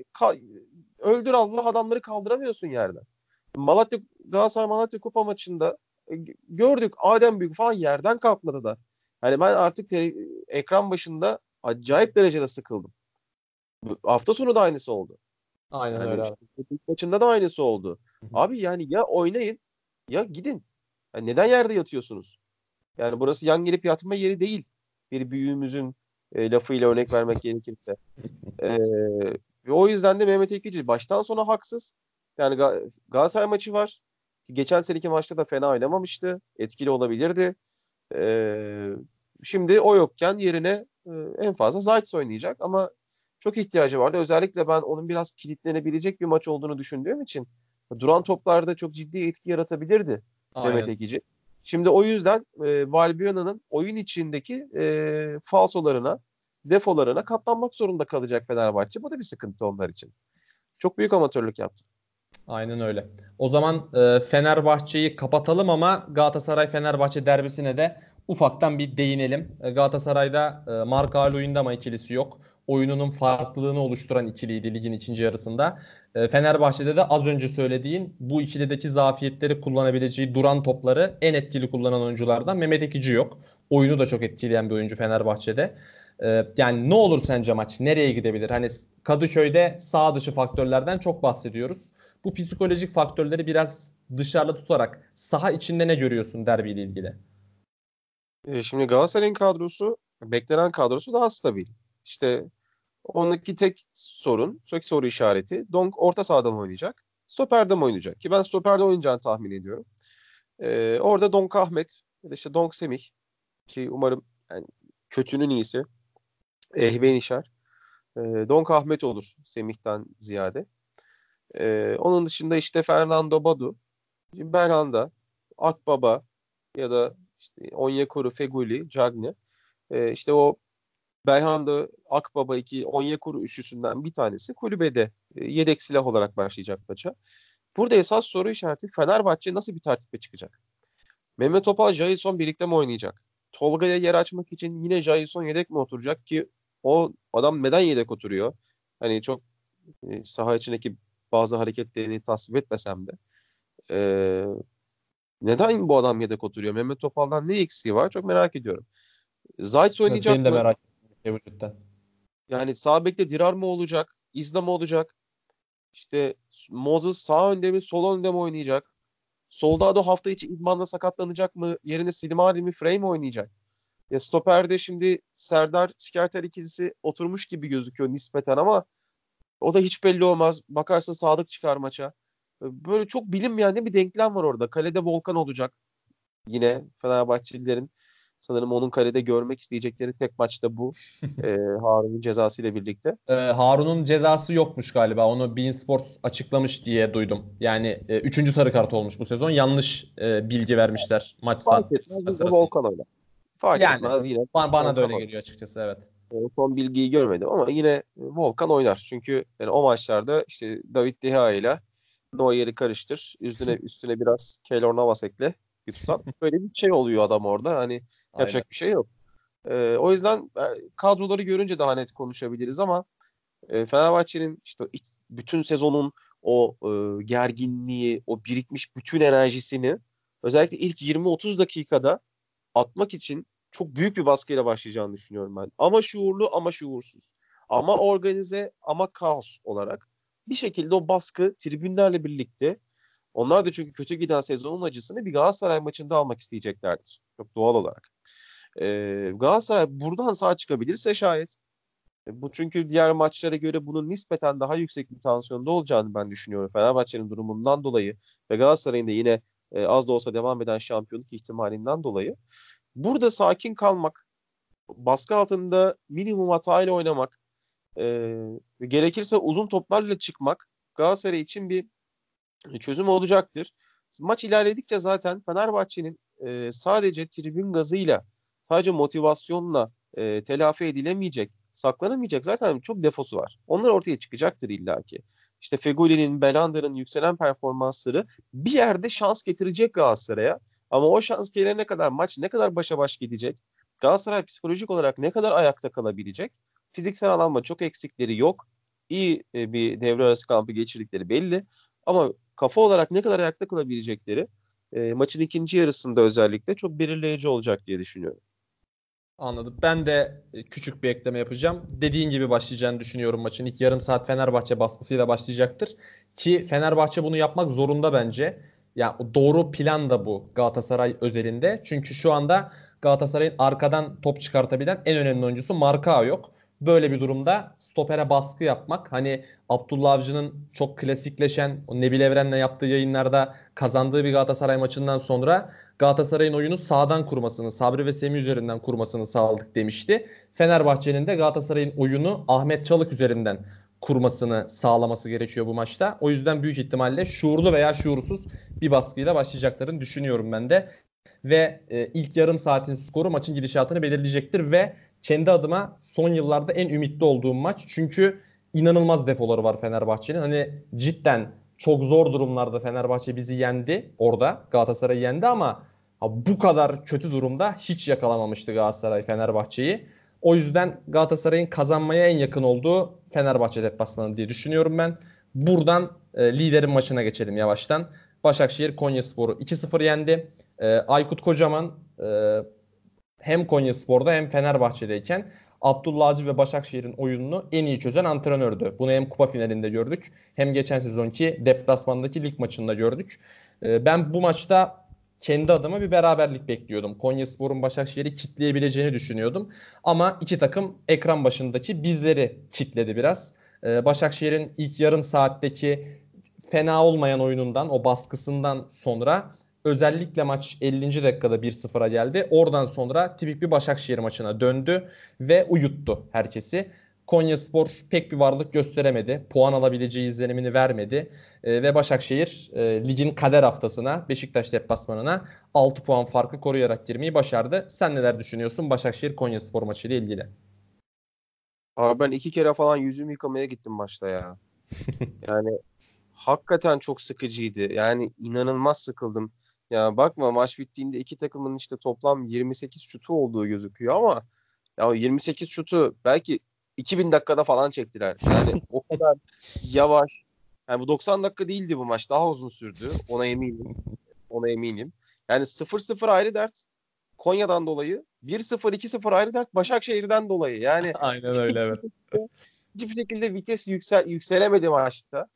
öldür Allah adamları kaldıramıyorsun yerden. Galatasaray Malatya Kupa maçında gördük Adem Büyük falan yerden kalkmadı da. Hani ben artık ekran başında acayip derecede sıkıldım. Hafta sonu da aynısı oldu. Aynen Yani öyle abi. işte Türk maçında da aynısı oldu. Hı hı. Abi yani ya oynayın ya gidin. Yani neden yerde yatıyorsunuz? Yani burası yan gelip yatma yeri değil. Bir büyüğümüzün lafıyla örnek vermek gerekirse. E, Ve o yüzden de Mehmet Ekici baştan sona haksız. Yani Galatasaray maçı var. Geçen seneki maçta da fena oynamamıştı. Etkili olabilirdi. E, Şimdi o yokken yerine en fazla Zayt oynayacak ama çok ihtiyacı vardı. Özellikle ben onun biraz kilitlenebilecek bir maç olduğunu düşündüğüm için duran toplarda çok ciddi etki yaratabilirdi Mehmet Aynen. Ekici. Şimdi o yüzden Valbuena'nın oyun içindeki falsolarına, defolarına katlanmak zorunda kalacak Fenerbahçe. Bu da bir sıkıntı onlar için. Çok büyük amatörlük yaptı. Aynen öyle. O zaman Fenerbahçe'yi kapatalım ama Galatasaray-Fenerbahçe derbisine de ufaktan bir değinelim. Galatasaray'da Marka Luyendama ikilisi yok. Oyununun farklılığını oluşturan ikiliydi ligin ikinci yarısında. Fenerbahçe'de de az önce söylediğin bu ikilideki zafiyetleri kullanabileceği duran topları en etkili kullanan oyunculardan Mehmet Ekici yok. Oyunu da çok etkileyen bir oyuncu Fenerbahçe'de. Yani ne olur sence maç? Nereye gidebilir? Hani Kadıköy'de sağ dışı faktörlerden çok bahsediyoruz. Bu psikolojik faktörleri biraz dışarıda tutarak saha içinde ne görüyorsun derbiyle ilgili? Şimdi Galatasaray'ın kadrosu, beklenen kadrosu daha stabil. İşte ondaki tek sorun, tek soru işareti. Donk orta sahada mı oynayacak? Stoper'de mi oynayacak? Ki ben stoper'de oynayacağını tahmin ediyorum. Orada Donk Ahmet ya da işte Donk Semih ki umarım yani kötünün iyisi. Ehben İşar. Donk Ahmet olur Semih'ten ziyade. Onun dışında işte Fernando Badu, Belhanda, Akbaba ya da işte Onyekuru, Feguli, Cagney. İşte o Belhanda, Akbaba iki Onyekuru üçlüsünden bir tanesi kulübede yedek silah olarak başlayacak maça. Burada esas soru işareti Fenerbahçe nasıl bir tertiple çıkacak? Mehmet Topal, Jailson birlikte mi oynayacak? Tolga'ya yer açmak için yine Jailson yedek mi oturacak ki o adam neden yedek oturuyor? Hani çok saha içindeki bazı hareketlerini tasvip etmesem de. E, Neden bu adam yedek oturuyor? Mehmet Topal'dan ne eksiği var? Çok merak ediyorum. Zayt Evet, oynayacak benim de mı? merak ettiğim şey bu cidden. Yani sağ bekte Dirar mı olacak? İzla mı olacak? İşte Moses sağ önde mi sol önde mi oynayacak? Soldado hafta içi idmanda sakatlanacak mı? Yerine Slimani mi Frey mi oynayacak? Ya stoperde şimdi Serdar Şikertel ikilisi oturmuş gibi gözüküyor nispeten ama o da hiç belli olmaz. Bakarsın Sadık çıkar maça. Böyle çok bilinmeyen de bir denklem var orada. Kalede Volkan olacak. Yine Fenerbahçelilerin sanırım onun kalede görmek isteyecekleri tek maçta bu. Harun'un cezası ile birlikte. Harun'un cezası yokmuş galiba. Onu beIN Sports açıklamış diye duydum. Yani üçüncü sarı kart olmuş bu sezon. Yanlış bilgi vermişler maç Fark etmez yine sırasıyla. Volkan oynar. Fark Yani etmez yine bana da Volkan öyle oynar. geliyor açıkçası, evet. Son bilgiyi görmedim ama yine Volkan oynar. Çünkü yani o maçlarda işte David De Gea ile Neuer'i karıştır. Üstüne biraz Keylor Navas ekle. Bir tutam. Böyle bir şey oluyor adam orada. Hani Aynen. yapacak bir şey yok. O yüzden kadroları görünce daha net konuşabiliriz ama Fenerbahçe'nin işte bütün sezonun o gerginliği, o birikmiş bütün enerjisini özellikle ilk 20-30 dakikada atmak için çok büyük bir baskıyla başlayacağını düşünüyorum ben. Ama şuurlu ama şuursuz. Ama organize ama kaos olarak. bir şekilde o baskı tribünlerle birlikte, onlar da çünkü kötü giden sezonun acısını bir Galatasaray maçında almak isteyeceklerdir. Çok doğal olarak. Galatasaray buradan sağ çıkabilirse şayet, bu çünkü diğer maçlara göre bunun nispeten daha yüksek bir tansiyonda olacağını ben düşünüyorum. Fenerbahçe'nin durumundan dolayı ve Galatasaray'ın da yine az da olsa devam eden şampiyonluk ihtimalinden dolayı. Burada sakin kalmak, baskı altında minimum hatayla oynamak, e, gerekirse uzun toplarla çıkmak Galatasaray için bir çözüm olacaktır. Maç ilerledikçe zaten Fenerbahçe'nin sadece tribün gazıyla, sadece motivasyonla telafi edilemeyecek, saklanamayacak zaten çok defosu var. Onlar ortaya çıkacaktır illaki. İşte Fegoli'nin, Belanda'nın yükselen performansları bir yerde şans getirecek Galatasaray'a. Ama o şans gelene kadar maç ne kadar başa baş gidecek? Galatasaray psikolojik olarak ne kadar ayakta kalabilecek? Fiziksel anlamda çok eksikleri yok. İyi bir devre arası kampı geçirdikleri belli. Ama kafa olarak ne kadar ayakta kalabilecekleri maçın ikinci yarısında özellikle çok belirleyici olacak diye düşünüyorum. Anladım. Ben de küçük bir ekleme yapacağım. Dediğin gibi başlayacağını düşünüyorum maçın. İlk yarım saat Fenerbahçe baskısıyla başlayacaktır. Ki Fenerbahçe bunu yapmak zorunda bence. Ya doğru plan da bu Galatasaray özelinde. Çünkü şu anda Galatasaray'ın arkadan top çıkartabilen en önemli oyuncusu Marka yok. Böyle bir durumda stopere baskı yapmak, hani Abdullah Avcı'nın çok klasikleşen o Nebil Evren'le yaptığı yayınlarda kazandığı bir Galatasaray maçından sonra Galatasaray'ın oyunu sağdan kurmasını, Sabri ve Semih üzerinden kurmasını sağladık demişti. Fenerbahçe'nin de Galatasaray'ın oyunu Ahmet Çalık üzerinden kurmasını sağlaması gerekiyor bu maçta. O yüzden büyük ihtimalle şuurlu veya şuursuz bir baskıyla başlayacaklarını düşünüyorum ben de. Ve ilk yarım saatin skoru maçın gidişatını belirleyecektir ve kendi adıma son yıllarda en ümitli olduğum maç. Çünkü inanılmaz defoları var Fenerbahçe'nin. Hani cidden çok zor durumlarda Fenerbahçe bizi yendi orada. Galatasaray'ı yendi ama bu kadar kötü durumda hiç yakalamamıştı Galatasaray Fenerbahçe'yi. O yüzden Galatasaray'ın kazanmaya en yakın olduğu Fenerbahçe deplasmanı diye düşünüyorum ben. Buradan liderin maçına geçelim yavaştan. Başakşehir Konyaspor'u 2-0 yendi. Aykut Kocaman hem Konyaspor'da hem Fenerbahçe'deyken Abdullah Avcı ve Başakşehir'in oyununu en iyi çözen antrenördü. Bunu hem kupa finalinde gördük hem geçen sezonki deplasmandaki lig maçında gördük. Ben bu maçta kendi adıma bir beraberlik bekliyordum. Konyaspor'un Başakşehir'i kitleyebileceğini düşünüyordum. Ama iki takım ekran başındaki bizleri kitledi biraz. Başakşehir'in ilk yarım saatteki fena olmayan oyunundan, o baskısından sonra özellikle maç 50. dakikada 1-0'a geldi. Oradan sonra tipik bir Başakşehir maçına döndü ve uyuttu herkesi. Konyaspor pek bir varlık gösteremedi. Puan alabileceği izlenimini vermedi. Ve Başakşehir ligin kader haftasına, Beşiktaş deplasmanına 6 puan farkı koruyarak girmeyi başardı. Sen neler düşünüyorsun Başakşehir Konyaspor maçı ile ilgili? Abi ben 2 kere falan yüzümü yıkamaya gittim maçta ya. Yani hakikaten çok sıkıcıydı. Yani inanılmaz sıkıldım. Ya bakma, maç bittiğinde iki takımın işte toplam 28 şutu olduğu gözüküyor ama ya o 28 şutu belki 2000 dakikada falan çektiler. Yani o kadar yavaş. Yani bu 90 dakika değildi bu maç. Daha uzun sürdü. Ona eminim. Ona eminim. Yani 0-0 ayrı dert Konya'dan dolayı. 1-0, 2-0 ayrı dert Başakşehir'den dolayı. Yani Aynen öyle, evet. hiçbir şekilde vites yükselemedi maçta.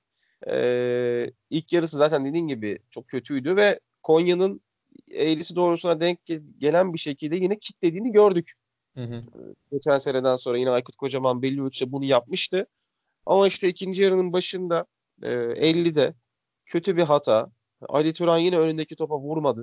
İlk yarısı zaten dediğin gibi çok kötüydü ve Konya'nın eğrisi doğrusuna denk gelen bir şekilde yine kitlediğini gördük. Hı hı. Geçen seneden sonra yine Aykut Kocaman belli ölçüde bunu yapmıştı. Ama işte ikinci yarının başında 50'de kötü bir hata. Ali Turan yine önündeki topa vurmadı.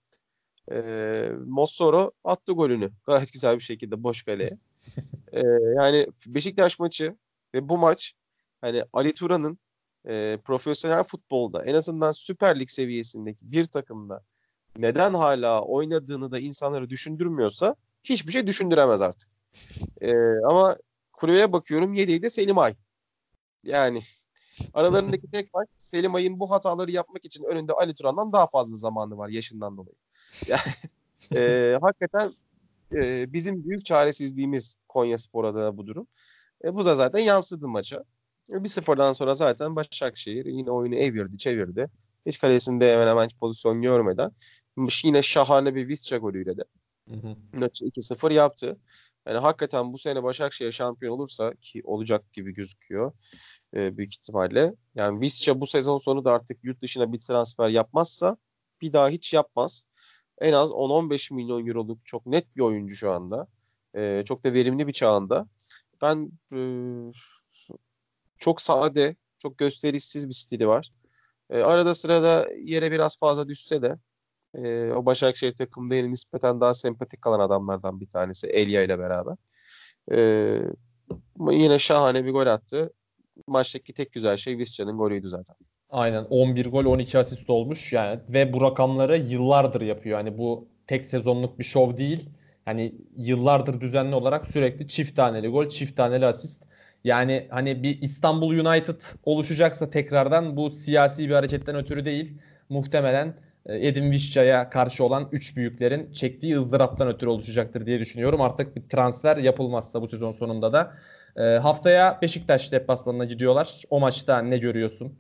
Mossoro attı golünü gayet güzel bir şekilde boş kaleye. Yani Beşiktaş maçı ve bu maç, hani Ali Turan'ın profesyonel futbolda en azından Süper Lig seviyesindeki bir takımda neden hala oynadığını da insanları düşündürmüyorsa hiçbir şey düşündüremez artık. Ama kulübeye bakıyorum, yedeği Selim Ay. Yani aralarındaki tek fark, Selim Ay'ın bu hataları yapmak için önünde Ali Turan'dan daha fazla zamanı var yaşından dolayı. Yani, hakikaten bizim büyük çaresizliğimiz Konyaspor adına bu durum. Bu da zaten yansıdı maça. 1-0'dan sonra zaten Başakşehir yine oyunu evirdi, çevirdi. Hiç kalesinde hemen hemen pozisyon görmeden yine şahane bir Visca golüyle de Hı hı. maçı 2-0 yaptı. Yani hakikaten bu sene Başakşehir şampiyon olursa, ki olacak gibi gözüküyor büyük ihtimalle. Yani Visca bu sezon sonu da artık yurt dışına bir transfer yapmazsa bir daha hiç yapmaz. En az 10-15 milyon euroluk çok net bir oyuncu şu anda. Çok da verimli bir çağında. Ben çok sade, çok gösterişsiz bir stili var. Arada sırada yere biraz fazla düşse de o Başakşehir takımında yine nispeten daha sempatik kalan adamlardan bir tanesi Elia ile beraber. Ee, Ama yine şahane bir gol attı. Maçtaki tek güzel şey Visca'nın golüydü zaten. Aynen 11 gol 12 asist olmuş yani ve bu rakamları yıllardır yapıyor. Hani bu tek sezonluk bir şov değil. Hani yıllardır düzenli olarak sürekli çift taneli gol, çift taneli asist. Yani hani bir İstanbul United oluşacaksa tekrardan bu siyasi bir hareketten ötürü değil. Muhtemelen Edin Visca'ya karşı olan üç büyüklerin çektiği ızdıraptan ötürü oluşacaktır diye düşünüyorum. Artık bir transfer yapılmazsa bu sezon sonunda da. Haftaya Beşiktaş deplasmanına gidiyorlar. O maçta ne görüyorsun?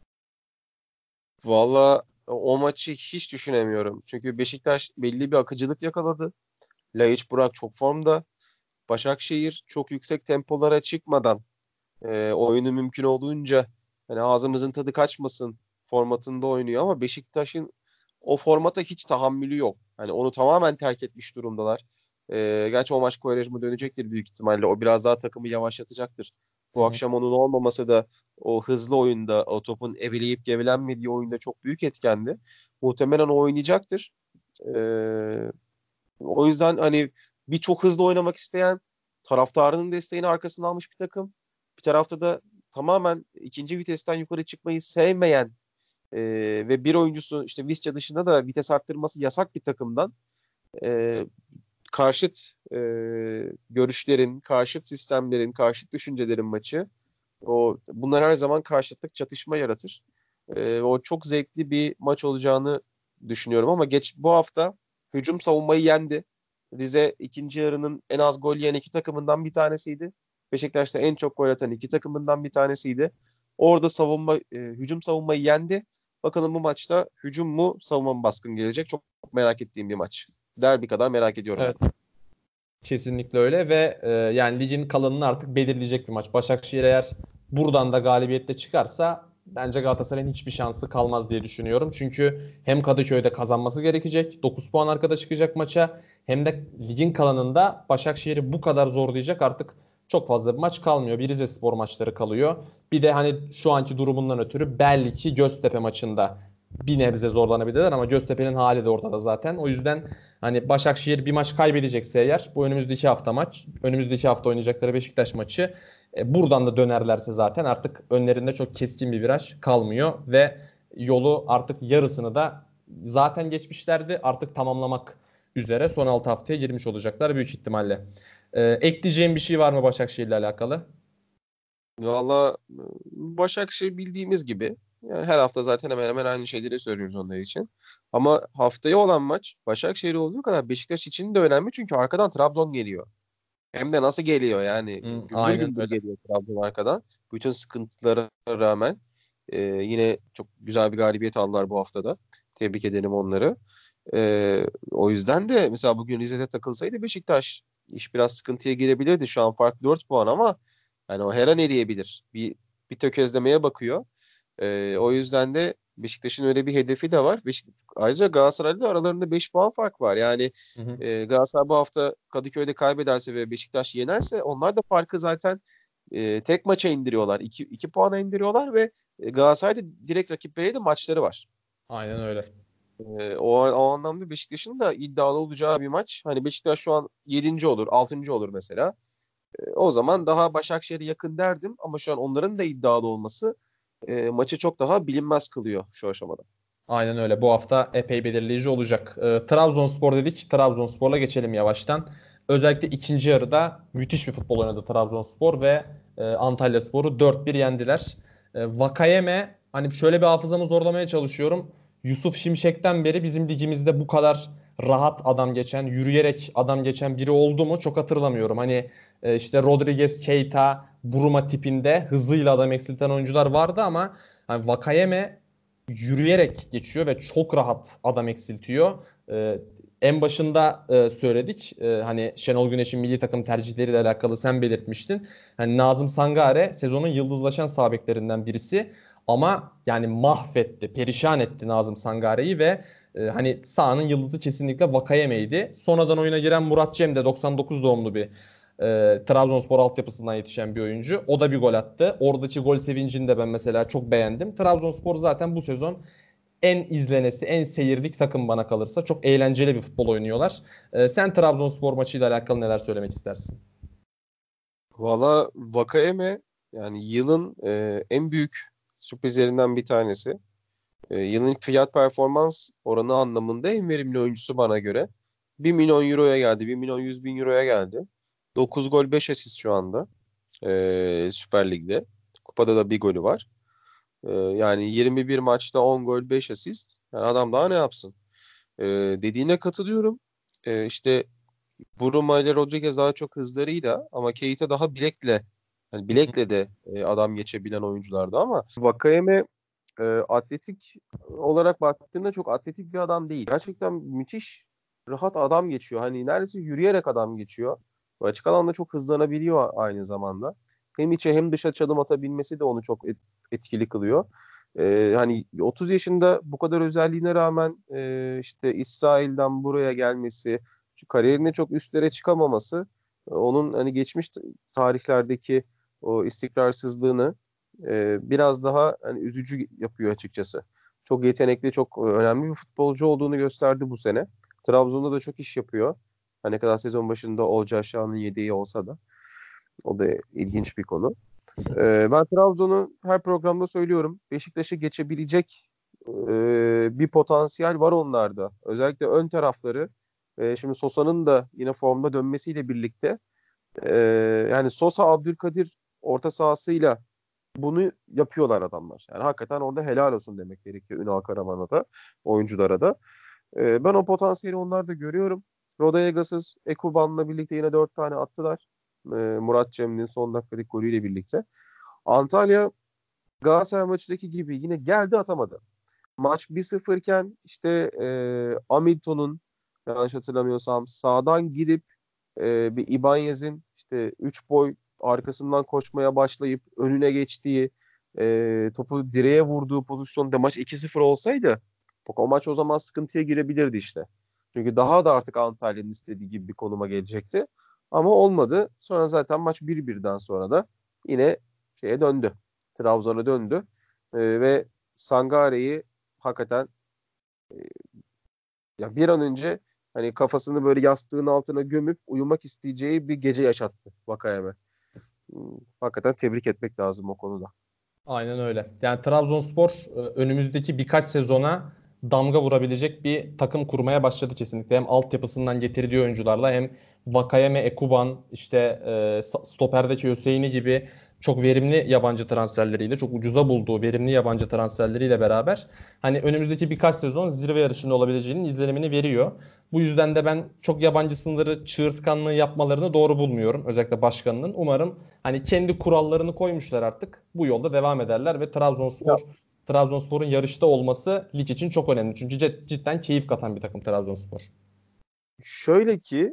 Valla o maçı hiç düşünemiyorum. Çünkü Beşiktaş belli bir akıcılık yakaladı. Laiç Burak çok formda. Başakşehir çok yüksek tempolara çıkmadan oyunu mümkün olduğunca hani ağzımızın tadı kaçmasın formatında oynuyor ama Beşiktaş'ın o formata hiç tahammülü yok. Hani onu tamamen terk etmiş durumdalar. Gerçi o maç Quaresma dönecektir büyük ihtimalle. O biraz daha takımı yavaşlatacaktır. Hı Bu hı. akşam onun olmaması da o hızlı oyunda, o topun eveleyip gevelenmediği oyunda çok büyük etkendi. Muhtemelen o oynayacaktır. Ee, O yüzden hani bir çok hızlı oynamak isteyen, taraftarının desteğini arkasına almış bir takım. Bir tarafta da tamamen ikinci vitesten yukarı çıkmayı sevmeyen e, ve bir oyuncusu işte Visca dışında da vites arttırması yasak bir takımdan e, karşıt görüşlerin, karşıt sistemlerin, karşıt düşüncelerin maçı. Bunlar her zaman karşıtlık, çatışma yaratır. O çok zevkli bir maç olacağını düşünüyorum ama bu hafta hücum savunmayı yendi. Rize ikinci yarının en az gol yiyen iki takımından bir tanesiydi. Beşiktaş'ta en çok gol atan iki takımından bir tanesiydi. Orada hücum savunmayı yendi. Bakalım bu maçta hücum mu, savunma mı baskın gelecek? Çok merak ettiğim bir maç. Derbi kadar merak ediyorum. Evet. Kesinlikle öyle ve yani ligin kalanını artık belirleyecek bir maç. Başakşehir eğer buradan da galibiyetle çıkarsa bence Galatasaray'ın hiçbir şansı kalmaz diye düşünüyorum. Çünkü hem Kadıköy'de kazanması gerekecek, 9 puan arkada çıkacak maça, hem de ligin kalanında Başakşehir'i bu kadar zorlayacak artık çok fazla bir maç kalmıyor. Bir Rizespor maçları kalıyor. Bir de hani şu anki durumundan ötürü belki Göztepe maçında bir nebze zorlanabilirler ama Göztepe'nin hali de ortada zaten. O yüzden hani Başakşehir bir maç kaybedecekse eğer bu önümüzdeki hafta maç, önümüzdeki hafta oynayacakları Beşiktaş maçı buradan da dönerlerse zaten artık önlerinde çok keskin bir viraj kalmıyor ve yolu artık yarısını da zaten geçmişlerdi. Artık tamamlamak üzere son 6 haftaya girmiş olacaklar büyük ihtimalle. Ekleyeceğim bir şey var mı Başakşehir ile alakalı? Valla Başakşehir bildiğimiz gibi yani her hafta zaten hemen hemen aynı şeyleri söylüyoruz onlar için. Ama haftaya olan maç Başakşehir olduğu kadar Beşiktaş için de önemli çünkü arkadan Trabzon geliyor. Hem de nasıl geliyor yani gümbür Aynen gümbür öyle. geliyor Trabzon arkadan. Bütün sıkıntılara rağmen yine çok güzel bir galibiyet aldılar bu haftada. Tebrik edelim onları. O yüzden de mesela bugün Rize'de takılsaydı Beşiktaş iş biraz sıkıntıya girebilirdi. Şu an fark 4 puan ama yani o her an eriyebilir. Bir tökezlemeye bakıyor. O yüzden de Beşiktaş'ın öyle bir hedefi de var. Ayrıca Galatasaray'da aralarında 5 puan fark var. Yani Hı hı. Galatasaray bu hafta Kadıköy'de kaybederse ve Beşiktaş yenerse onlar da farkı zaten tek maça indiriyorlar. 2 puana indiriyorlar ve Galatasaray'da direkt rakipleriyle de maçları var. Aynen öyle. O anlamda Beşiktaş'ın da iddialı olacağı bir maç. Hani Beşiktaş şu an yedinci olur, altıncı olur mesela. O zaman daha Başakşehir'e yakın derdim ama şu an onların da iddialı olması maçı çok daha bilinmez kılıyor şu aşamada. Aynen öyle. Bu hafta epey belirleyici olacak. Trabzonspor dedik. Trabzonspor'la geçelim yavaştan. Özellikle ikinci yarıda müthiş bir futbol oynadı Trabzonspor ve Antalyaspor'u 4-1 yendiler. Vakayeme hani şöyle bir hafızamı zorlamaya çalışıyorum. Yusuf Şimşek'ten beri bizim ligimizde bu kadar rahat adam geçen, yürüyerek adam geçen biri oldu mu çok hatırlamıyorum. Hani işte Rodriguez, Keita, Buruma tipinde hızıyla adam eksilten oyuncular vardı ama hani Vakayeme yürüyerek geçiyor ve çok rahat adam eksiltiyor. Ee, En başında söyledik. Hani Şenol Güneş'in milli takım tercihleriyle alakalı sen belirtmiştin. Hani Nazım Sangare sezonun yıldızlaşan sağ beklerinden birisi. Ama yani mahvetti, perişan etti Nazım Sangare'yi ve hani sahanın yıldızı kesinlikle Vakayeme'ydi. Sonradan oyuna giren Murat Cem de 99 doğumlu bir Trabzonspor altyapısından yetişen bir oyuncu. O da bir gol attı. Oradaki gol sevincini de ben mesela çok beğendim. Trabzonspor zaten bu sezon en izlenesi, en seyirlik takım bana kalırsa. Çok eğlenceli bir futbol oynuyorlar. Sen Trabzonspor maçıyla alakalı neler söylemek istersin? Valla Vakayeme yani yılın en büyük sürprizlerinden bir tanesi. Yılın fiyat performans oranı anlamında en verimli oyuncusu bana göre. 1 milyon euroya geldi. 1 milyon 100 bin euroya geldi. 9 gol 5 asist şu anda Süper Lig'de. Kupada da bir golü var. Yani 21 maçta 10 gol 5 asist. Yani adam daha ne yapsın? Dediğine katılıyorum. İşte Buruma ile Rodriguez daha çok hızlarıyla ama Keita daha bilekle, yani bilekle de adam geçebilen oyunculardı ama Vakayeme atletik olarak baktığında çok atletik bir adam değil. Gerçekten müthiş rahat adam geçiyor. Hani neredeyse yürüyerek adam geçiyor. Ve açık alanda çok hızlanabiliyor aynı zamanda. Hem içe hem dışa çalım atabilmesi de onu çok etkili kılıyor. Hani 30 yaşında bu kadar özelliğine rağmen işte İsrail'den buraya gelmesi, şu kariyerinde çok üstlere çıkamaması, onun hani geçmiş tarihlerdeki o istikrarsızlığını biraz daha hani üzücü yapıyor açıkçası. Çok yetenekli, çok önemli bir futbolcu olduğunu gösterdi bu sene. Trabzon'da da çok iş yapıyor. Hani ne kadar sezon başında Olcay Şahan'ın yedeği olsa da o da ilginç bir konu. Ben Trabzon'u her programda söylüyorum. Beşiktaş'ı geçebilecek bir potansiyel var onlarda. Özellikle ön tarafları. Şimdi Sosa'nın da yine formda dönmesiyle birlikte e, yani Sosa Abdülkadir orta sahasıyla bunu yapıyorlar adamlar. Yani hakikaten orada helal olsun demek gerekiyor Ünal Karaman'a da, oyunculara da. Ben o potansiyeli onlarda görüyorum. Roda Ekuban'la birlikte yine 4 tane attılar. Murat Cem'in son dakikadaki golüyle birlikte. Antalya Galatasaray maçındaki gibi yine geldi atamadı. Maç 1-0 iken işte Hamilton'un yanlış hatırlamıyorsam sağdan girip bir Ibanez'in işte 3 boy arkasından koşmaya başlayıp önüne geçtiği, topu direğe vurduğu pozisyonda maç 2-0 olsaydı bak o maç o zaman sıkıntıya girebilirdi işte. Çünkü daha da artık Antalya'nın istediği gibi bir konuma gelecekti. Ama olmadı. Sonra zaten maç 1-1'den sonra da yine şeye döndü. Trabzon'a döndü. Ve Sangare'yi hakikaten ya bir an önce hani kafasını böyle yastığın altına gömüp uyumak isteyeceği bir gece yaşattı Vakayeme. Hakikaten tebrik etmek lazım o konuda. Aynen öyle. Yani Trabzonspor önümüzdeki birkaç sezona damga vurabilecek bir takım kurmaya başladı kesinlikle. Hem altyapısından getirdiği oyuncularla hem Vakayeme, Ekuban, işte stoperdeki Hüseyin'i gibi çok verimli yabancı transferleriyle, çok ucuza bulduğu verimli yabancı transferleriyle beraber hani önümüzdeki birkaç sezon zirve yarışında olabileceğinin izlenimini veriyor. Bu yüzden de ben çok yabancı sınırları çığırtkanlığı yapmalarını doğru bulmuyorum. Özellikle başkanının. Umarım hani kendi kurallarını koymuşlar artık. Bu yolda devam ederler ve Ya Trabzonspor'un yarışta olması lig için çok önemli. Çünkü cidden keyif katan bir takım Trabzonspor. şöyle ki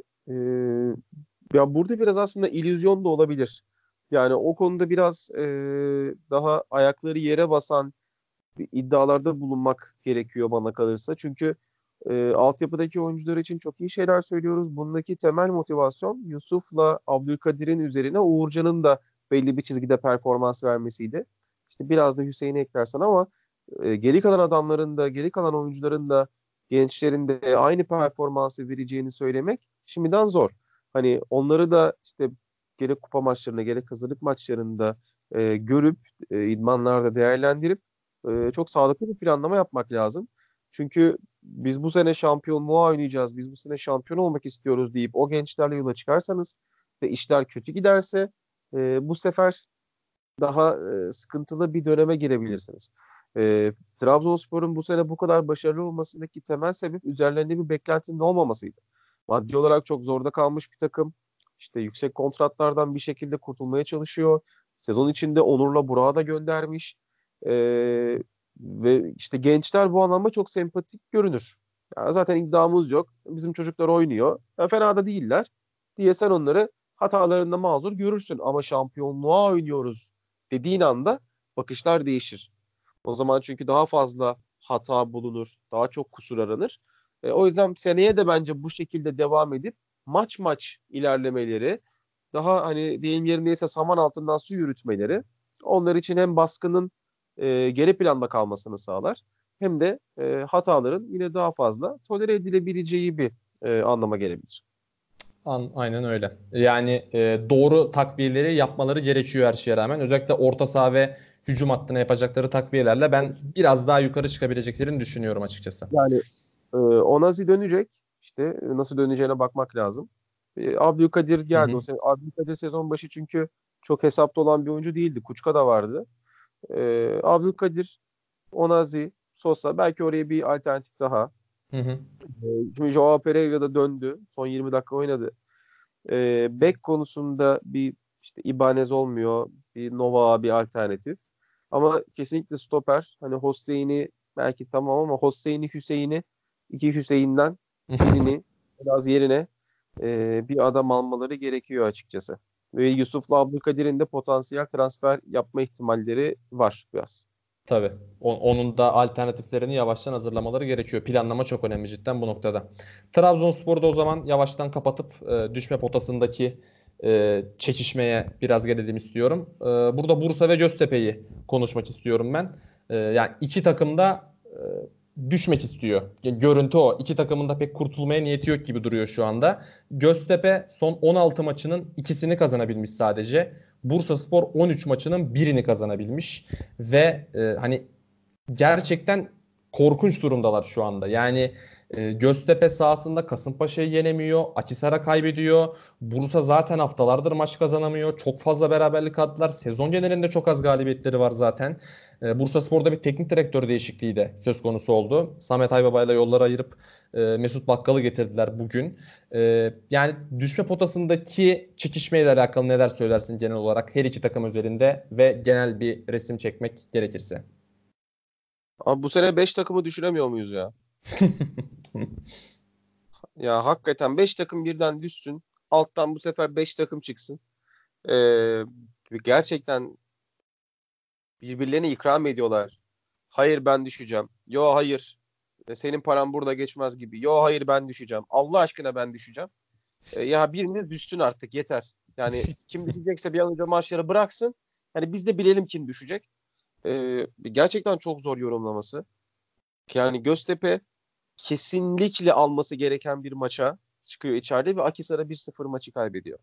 ya burada biraz aslında illüzyon da olabilir. Yani o konuda biraz daha ayakları yere basan iddialarda bulunmak gerekiyor bana kalırsa. Çünkü altyapıdaki oyuncular için çok iyi şeyler söylüyoruz. Bundaki temel motivasyon Yusuf'la Abdülkadir'in üzerine Uğurcan'ın da belli bir çizgide performans vermesiydi. İşte biraz da Hüseyin'i eklersen ama geri kalan adamların da, geri kalan oyuncuların da, gençlerin de aynı performansı vereceğini söylemek şimdiden zor. Hani onları da işte gerek kupa maçlarında gerek hazırlık maçlarında görüp idmanlarda değerlendirip çok sağlıklı bir planlama yapmak lazım. Çünkü biz bu sene şampiyonluğa oynayacağız, biz bu sene şampiyon olmak istiyoruz deyip o gençlerle yola çıkarsanız ve işler kötü giderse bu sefer daha sıkıntılı bir döneme girebilirsiniz. Trabzonspor'un bu sene bu kadar başarılı olmasındaki temel sebep üzerlerinde bir beklentinin olmamasıydı. Maddi olarak çok zorda kalmış bir takım. İşte yüksek kontratlardan bir şekilde kurtulmaya çalışıyor. Sezon içinde Onur'la Burak'ı da göndermiş. Ve işte gençler bu anlamda çok sempatik görünür. Ya zaten iddiamız yok. Bizim çocuklar oynuyor. Ya fena da değiller diye sen onları hatalarında mazur görürsün. Ama şampiyonluğa oynuyoruz dediğin anda bakışlar değişir. O zaman çünkü daha fazla hata bulunur, daha çok kusur aranır. O yüzden seneye de bence bu şekilde devam edip maç maç ilerlemeleri, daha hani deyim yerindeyse saman altından su yürütmeleri onlar için hem baskının geri planda kalmasını sağlar hem de hataların yine daha fazla tolere edilebileceği bir anlama gelebilir. Aynen öyle. Yani doğru takviyeleri yapmaları gerekiyor her şeye rağmen. Özellikle orta saha ve hücum hattına yapacakları takviyelerle ben biraz daha yukarı çıkabileceklerini düşünüyorum açıkçası. Yani Onazi dönecek. İşte nasıl döneceğine bakmak lazım. Abdülkadir Hı geldi. hı. Abdülkadir sezon başı çünkü çok hesapta olan bir oyuncu değildi. Kuçka da vardı. Abdülkadir, Onazi, Sosa belki oraya bir alternatif daha. Hı hı. Şimdi Joao Pereira da döndü. Son 20 dakika oynadı. Bek konusunda bir işte Ibanez olmuyor. Bir Nova bir alternatif. Ama kesinlikle stoper. Hani Hosseini belki tamam ama Hüseyin'i iki Hüseyin'den birini biraz yerine bir adam almaları gerekiyor açıkçası. Ve Yusuf'la Abdülkadir'in de potansiyel transfer yapma ihtimalleri var biraz. Tabii. Onun da alternatiflerini yavaştan hazırlamaları gerekiyor. Planlama çok önemli cidden bu noktada. Trabzonspor'u da o zaman yavaştan kapatıp düşme potasındaki çekişmeye biraz gelelim istiyorum. Burada Bursa ve Göztepe'yi konuşmak istiyorum ben. Yani iki takım da düşmek istiyor. Yani görüntü o. İki takımın da pek kurtulmaya niyeti yok gibi duruyor şu anda. Göztepe son 16 maçının ikisini kazanabilmiş sadece. Bursaspor 13 maçının birini kazanabilmiş ve hani gerçekten korkunç durumdalar şu anda. Yani Göztepe sahasında Kasımpaşa'yı yenemiyor. Akhisar'a kaybediyor. Bursa zaten haftalardır maç kazanamıyor. Çok fazla beraberlik aldılar. Sezon genelinde çok az galibiyetleri var zaten. Bursaspor'da bir teknik direktör değişikliği de söz konusu oldu. Samet Aybaba'yla yolları ayırıp Mesut Bakkal'ı getirdiler bugün. Yani düşme potasındaki çekişmeyle alakalı neler söylersin genel olarak her iki takım özelinde ve genel bir resim çekmek gerekirse? Ama bu sene 5 takımı düşüremiyor muyuz ya? Ya hakikaten 5 takım birden düşsün. Alttan bu sefer 5 takım çıksın. Ee, Gerçekten birbirlerine ikram ediyorlar. Hayır ben düşeceğim. Yo hayır. Senin paran burada geçmez gibi. Yo hayır ben düşeceğim. Allah aşkına ben düşeceğim. Ya biriniz düşsün artık yeter. Yani kim düşecekse bir an önce maçları bıraksın. Hani biz de bilelim kim düşecek. Gerçekten çok zor yorumlaması. Yani Göztepe kesinlikle alması gereken bir maça çıkıyor içeride ve Akhisar'a 1-0 maçı kaybediyor.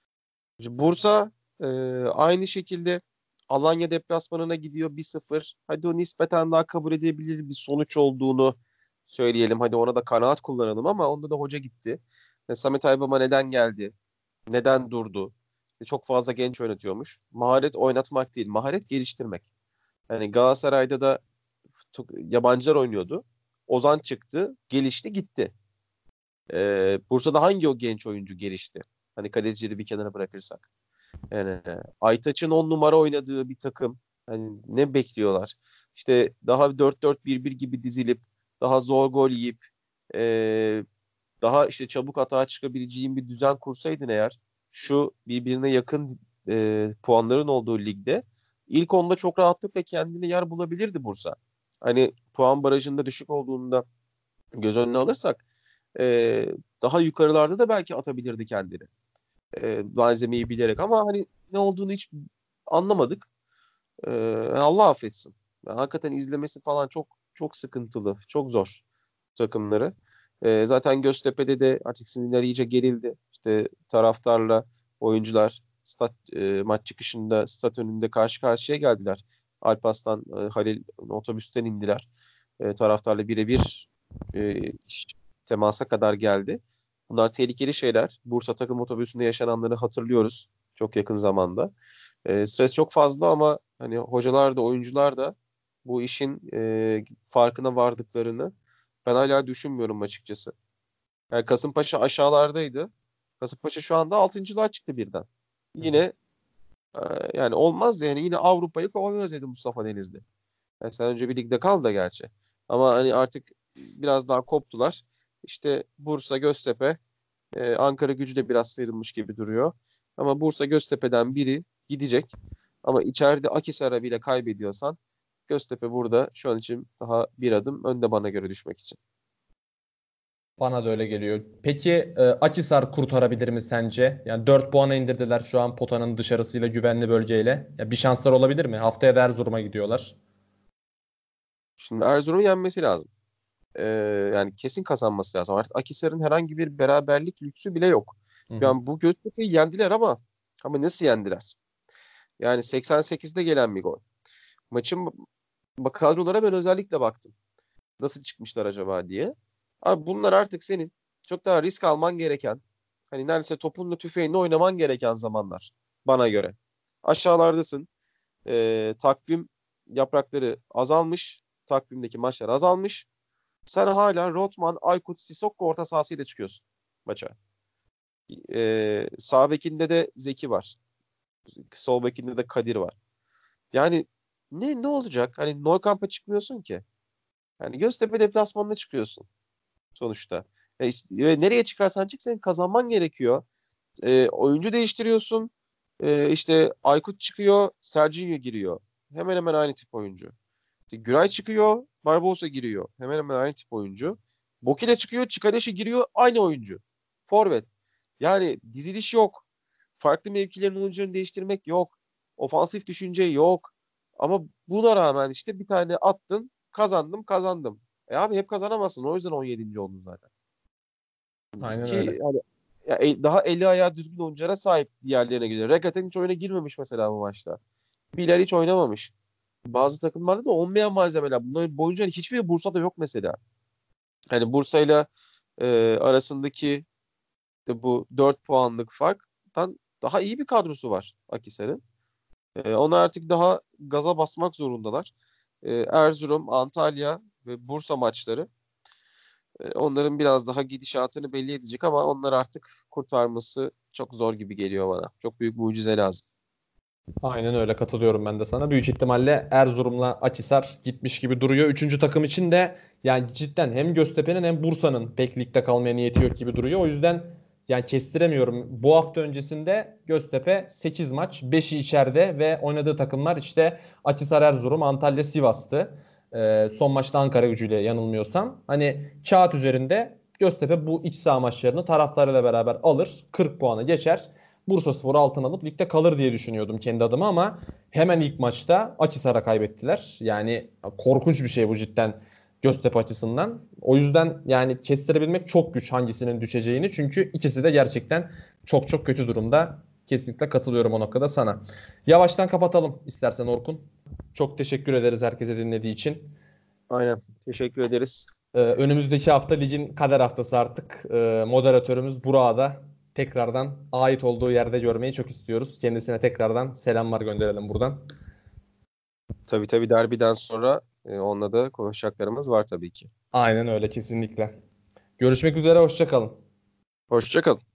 Bursa e, aynı şekilde Alanya deplasmanına gidiyor 1-0. Hadi o nispeten daha kabul edebilir bir sonuç olduğunu söyleyelim. Hadi ona da kanaat kullanalım ama onda da hoca gitti. Samet Aybaba neden geldi? Neden durdu? Çok fazla genç oynatıyormuş. Maharet oynatmak değil, maharet geliştirmek. Yani Galatasaray'da da yabancılar oynuyordu. Ozan çıktı, gelişti, gitti. Bursa'da hangi o genç oyuncu gelişti? Hani kalecileri bir kenara bırakırsak. Yani Aytaç'ın 10 numara oynadığı bir takım. Hani ne bekliyorlar? İşte daha 4-4-1-1 gibi dizilip daha zor gol yiyip e, daha işte çabuk atağa çıkabileceğin bir düzen kursaydın eğer şu birbirine yakın puanların olduğu ligde ilk onda çok rahatlıkla kendine yer bulabilirdi Bursa. Hani puan barajında düşük olduğunda göz önüne alırsak e, daha yukarılarda da belki atabilirdi kendini. Malzemeyi bilerek ama hani ne olduğunu hiç anlamadık. E, Allah affetsin. Yani hakikaten izlemesi falan çok çok sıkıntılı, çok zor takımları. Zaten Göztepe'de de artık sinirler iyice gerildi. İşte taraftarla oyuncular maç çıkışında stat önünde karşı karşıya geldiler. Alparslan, Halil otobüsten indiler. Taraftarla birebir iş temasa kadar geldi. Bunlar tehlikeli şeyler. Bursa takım otobüsünde yaşananları hatırlıyoruz çok yakın zamanda. Stres çok fazla ama hani hocalar da oyuncular da bu işin farkına vardıklarını ben hala düşünmüyorum açıkçası. Yani Kasımpaşa aşağılardaydı. Kasımpaşa şu anda 6.'lığa çıktı birden. Yine e, yani olmaz yani yine Avrupa'yı kovalıyoruz dedi Mustafa Denizli. Yani sen önce bir ligde kal da gerçi. Ama hani artık biraz daha koptular. İşte Bursa, Göztepe, Ankara Gücü de biraz sıyrılmış gibi duruyor. Ama Bursa, Göztepe'den biri gidecek. Ama içeride Akhisar'a bile kaybediyorsan Göztepe burada şu an için daha bir adım önde bana göre düşmek için. Bana da öyle geliyor. Peki Akhisar kurtarabilir mi sence? Yani 4 puana indirdiler şu an potanın dışarısıyla güvenli bölgeyle. Ya bir şanslar olabilir mi? Haftaya da Erzurum'a gidiyorlar. Şimdi Erzurum'u yenmesi lazım. Ee, Yani kesin kazanması lazım. Artık Akhisar'ın herhangi bir beraberlik lüksü bile yok. Hı hı. Yani bu Göztepe'yi yendiler ama nasıl yendiler? Yani 88'de gelen bir gol. Maçın kadrolara ben özellikle baktım. Nasıl çıkmışlar acaba diye. Abi bunlar artık senin çok daha risk alman gereken, hani neredeyse topunla tüfeğinle oynaman gereken zamanlar bana göre. Aşağılardasın. Takvim yaprakları azalmış. Takvimdeki maçlar azalmış. Sen hala Rotman, Aykut, Sissoko orta sahasıyla çıkıyorsun maça. Sağ bekinde de Zeki var. Sol bekinde de Kadir var. Yani ne olacak? Hani Nou Camp'a çıkmıyorsun ki. Yani Göztepe deplasmanına çıkıyorsun sonuçta. Ve nereye çıkarsan çık senin kazanman gerekiyor. Oyuncu değiştiriyorsun. İşte Aykut çıkıyor, Serginho giriyor. Hemen hemen aynı tip oyuncu. İşte Güray çıkıyor, Barbosa giriyor. Hemen hemen aynı tip oyuncu. Bokile çıkıyor, Çikaleşi giriyor, aynı oyuncu. Forvet. Yani diziliş yok. Farklı mevkilerin oyuncularını değiştirmek yok. Ofansif düşünce yok. Ama buna rağmen işte bir tane attın, kazandım. Abi hep kazanamazsın. O yüzden 17. oldun zaten. Aynen öyle. Ki yani daha eli ayağı düzgün oyunculara sahip diğerlerine göre. Regaten hiç oyuna girmemiş mesela bu maçta. Bilal hiç oynamamış. Bazı takımlarda da olmayan malzemeler. Bunların boyunca hiçbiri Bursa'da yok mesela. Hani Bursa'yla arasındaki de bu 4 puanlık farktan daha iyi bir kadrosu var Akhisar'ın. Onu artık daha gaza basmak zorundalar. Erzurum, Antalya ve Bursa maçları onların biraz daha gidişatını belli edecek ama onlar artık kurtarması çok zor gibi geliyor bana. Çok büyük mucize lazım. Aynen öyle, katılıyorum ben de sana. Büyük ihtimalle Erzurum'la Akhisar gitmiş gibi duruyor. Üçüncü takım için de yani cidden hem Göztepe'nin hem Bursa'nın pek ligde kalmaya niyeti yok gibi duruyor. O yüzden yani kestiremiyorum. Bu hafta öncesinde Göztepe 8 maç, 5'i içeride ve oynadığı takımlar işte Akhisar, Erzurum, Antalya, Sivas'tı. Son maçta Ankara Gücü'yle yanılmıyorsam. Hani kağıt üzerinde Göztepe bu iç saha maçlarını taraftarıyla beraber alır. 40 puanı geçer. Bursaspor altın alıp ligde kalır diye düşünüyordum kendi adıma ama hemen ilk maçta Akhisar'a kaybettiler. Yani korkunç bir şey bu cidden Göztepe açısından. O yüzden yani kestirebilmek çok güç hangisinin düşeceğini. Çünkü ikisi de gerçekten çok çok kötü durumda. Kesinlikle katılıyorum o noktada sana. Yavaştan kapatalım istersen Orkun. Çok teşekkür ederiz herkese dinlediği için. Aynen. Teşekkür ederiz. Önümüzdeki hafta ligin kader haftası artık. Moderatörümüz Burak'a da tekrardan ait olduğu yerde görmeyi çok istiyoruz. Kendisine tekrardan selamlar gönderelim buradan. Tabii derbiden sonra onunla da konuşacaklarımız var tabii ki. Aynen öyle, kesinlikle. Görüşmek üzere, hoşça kalın. Hoşça kalın.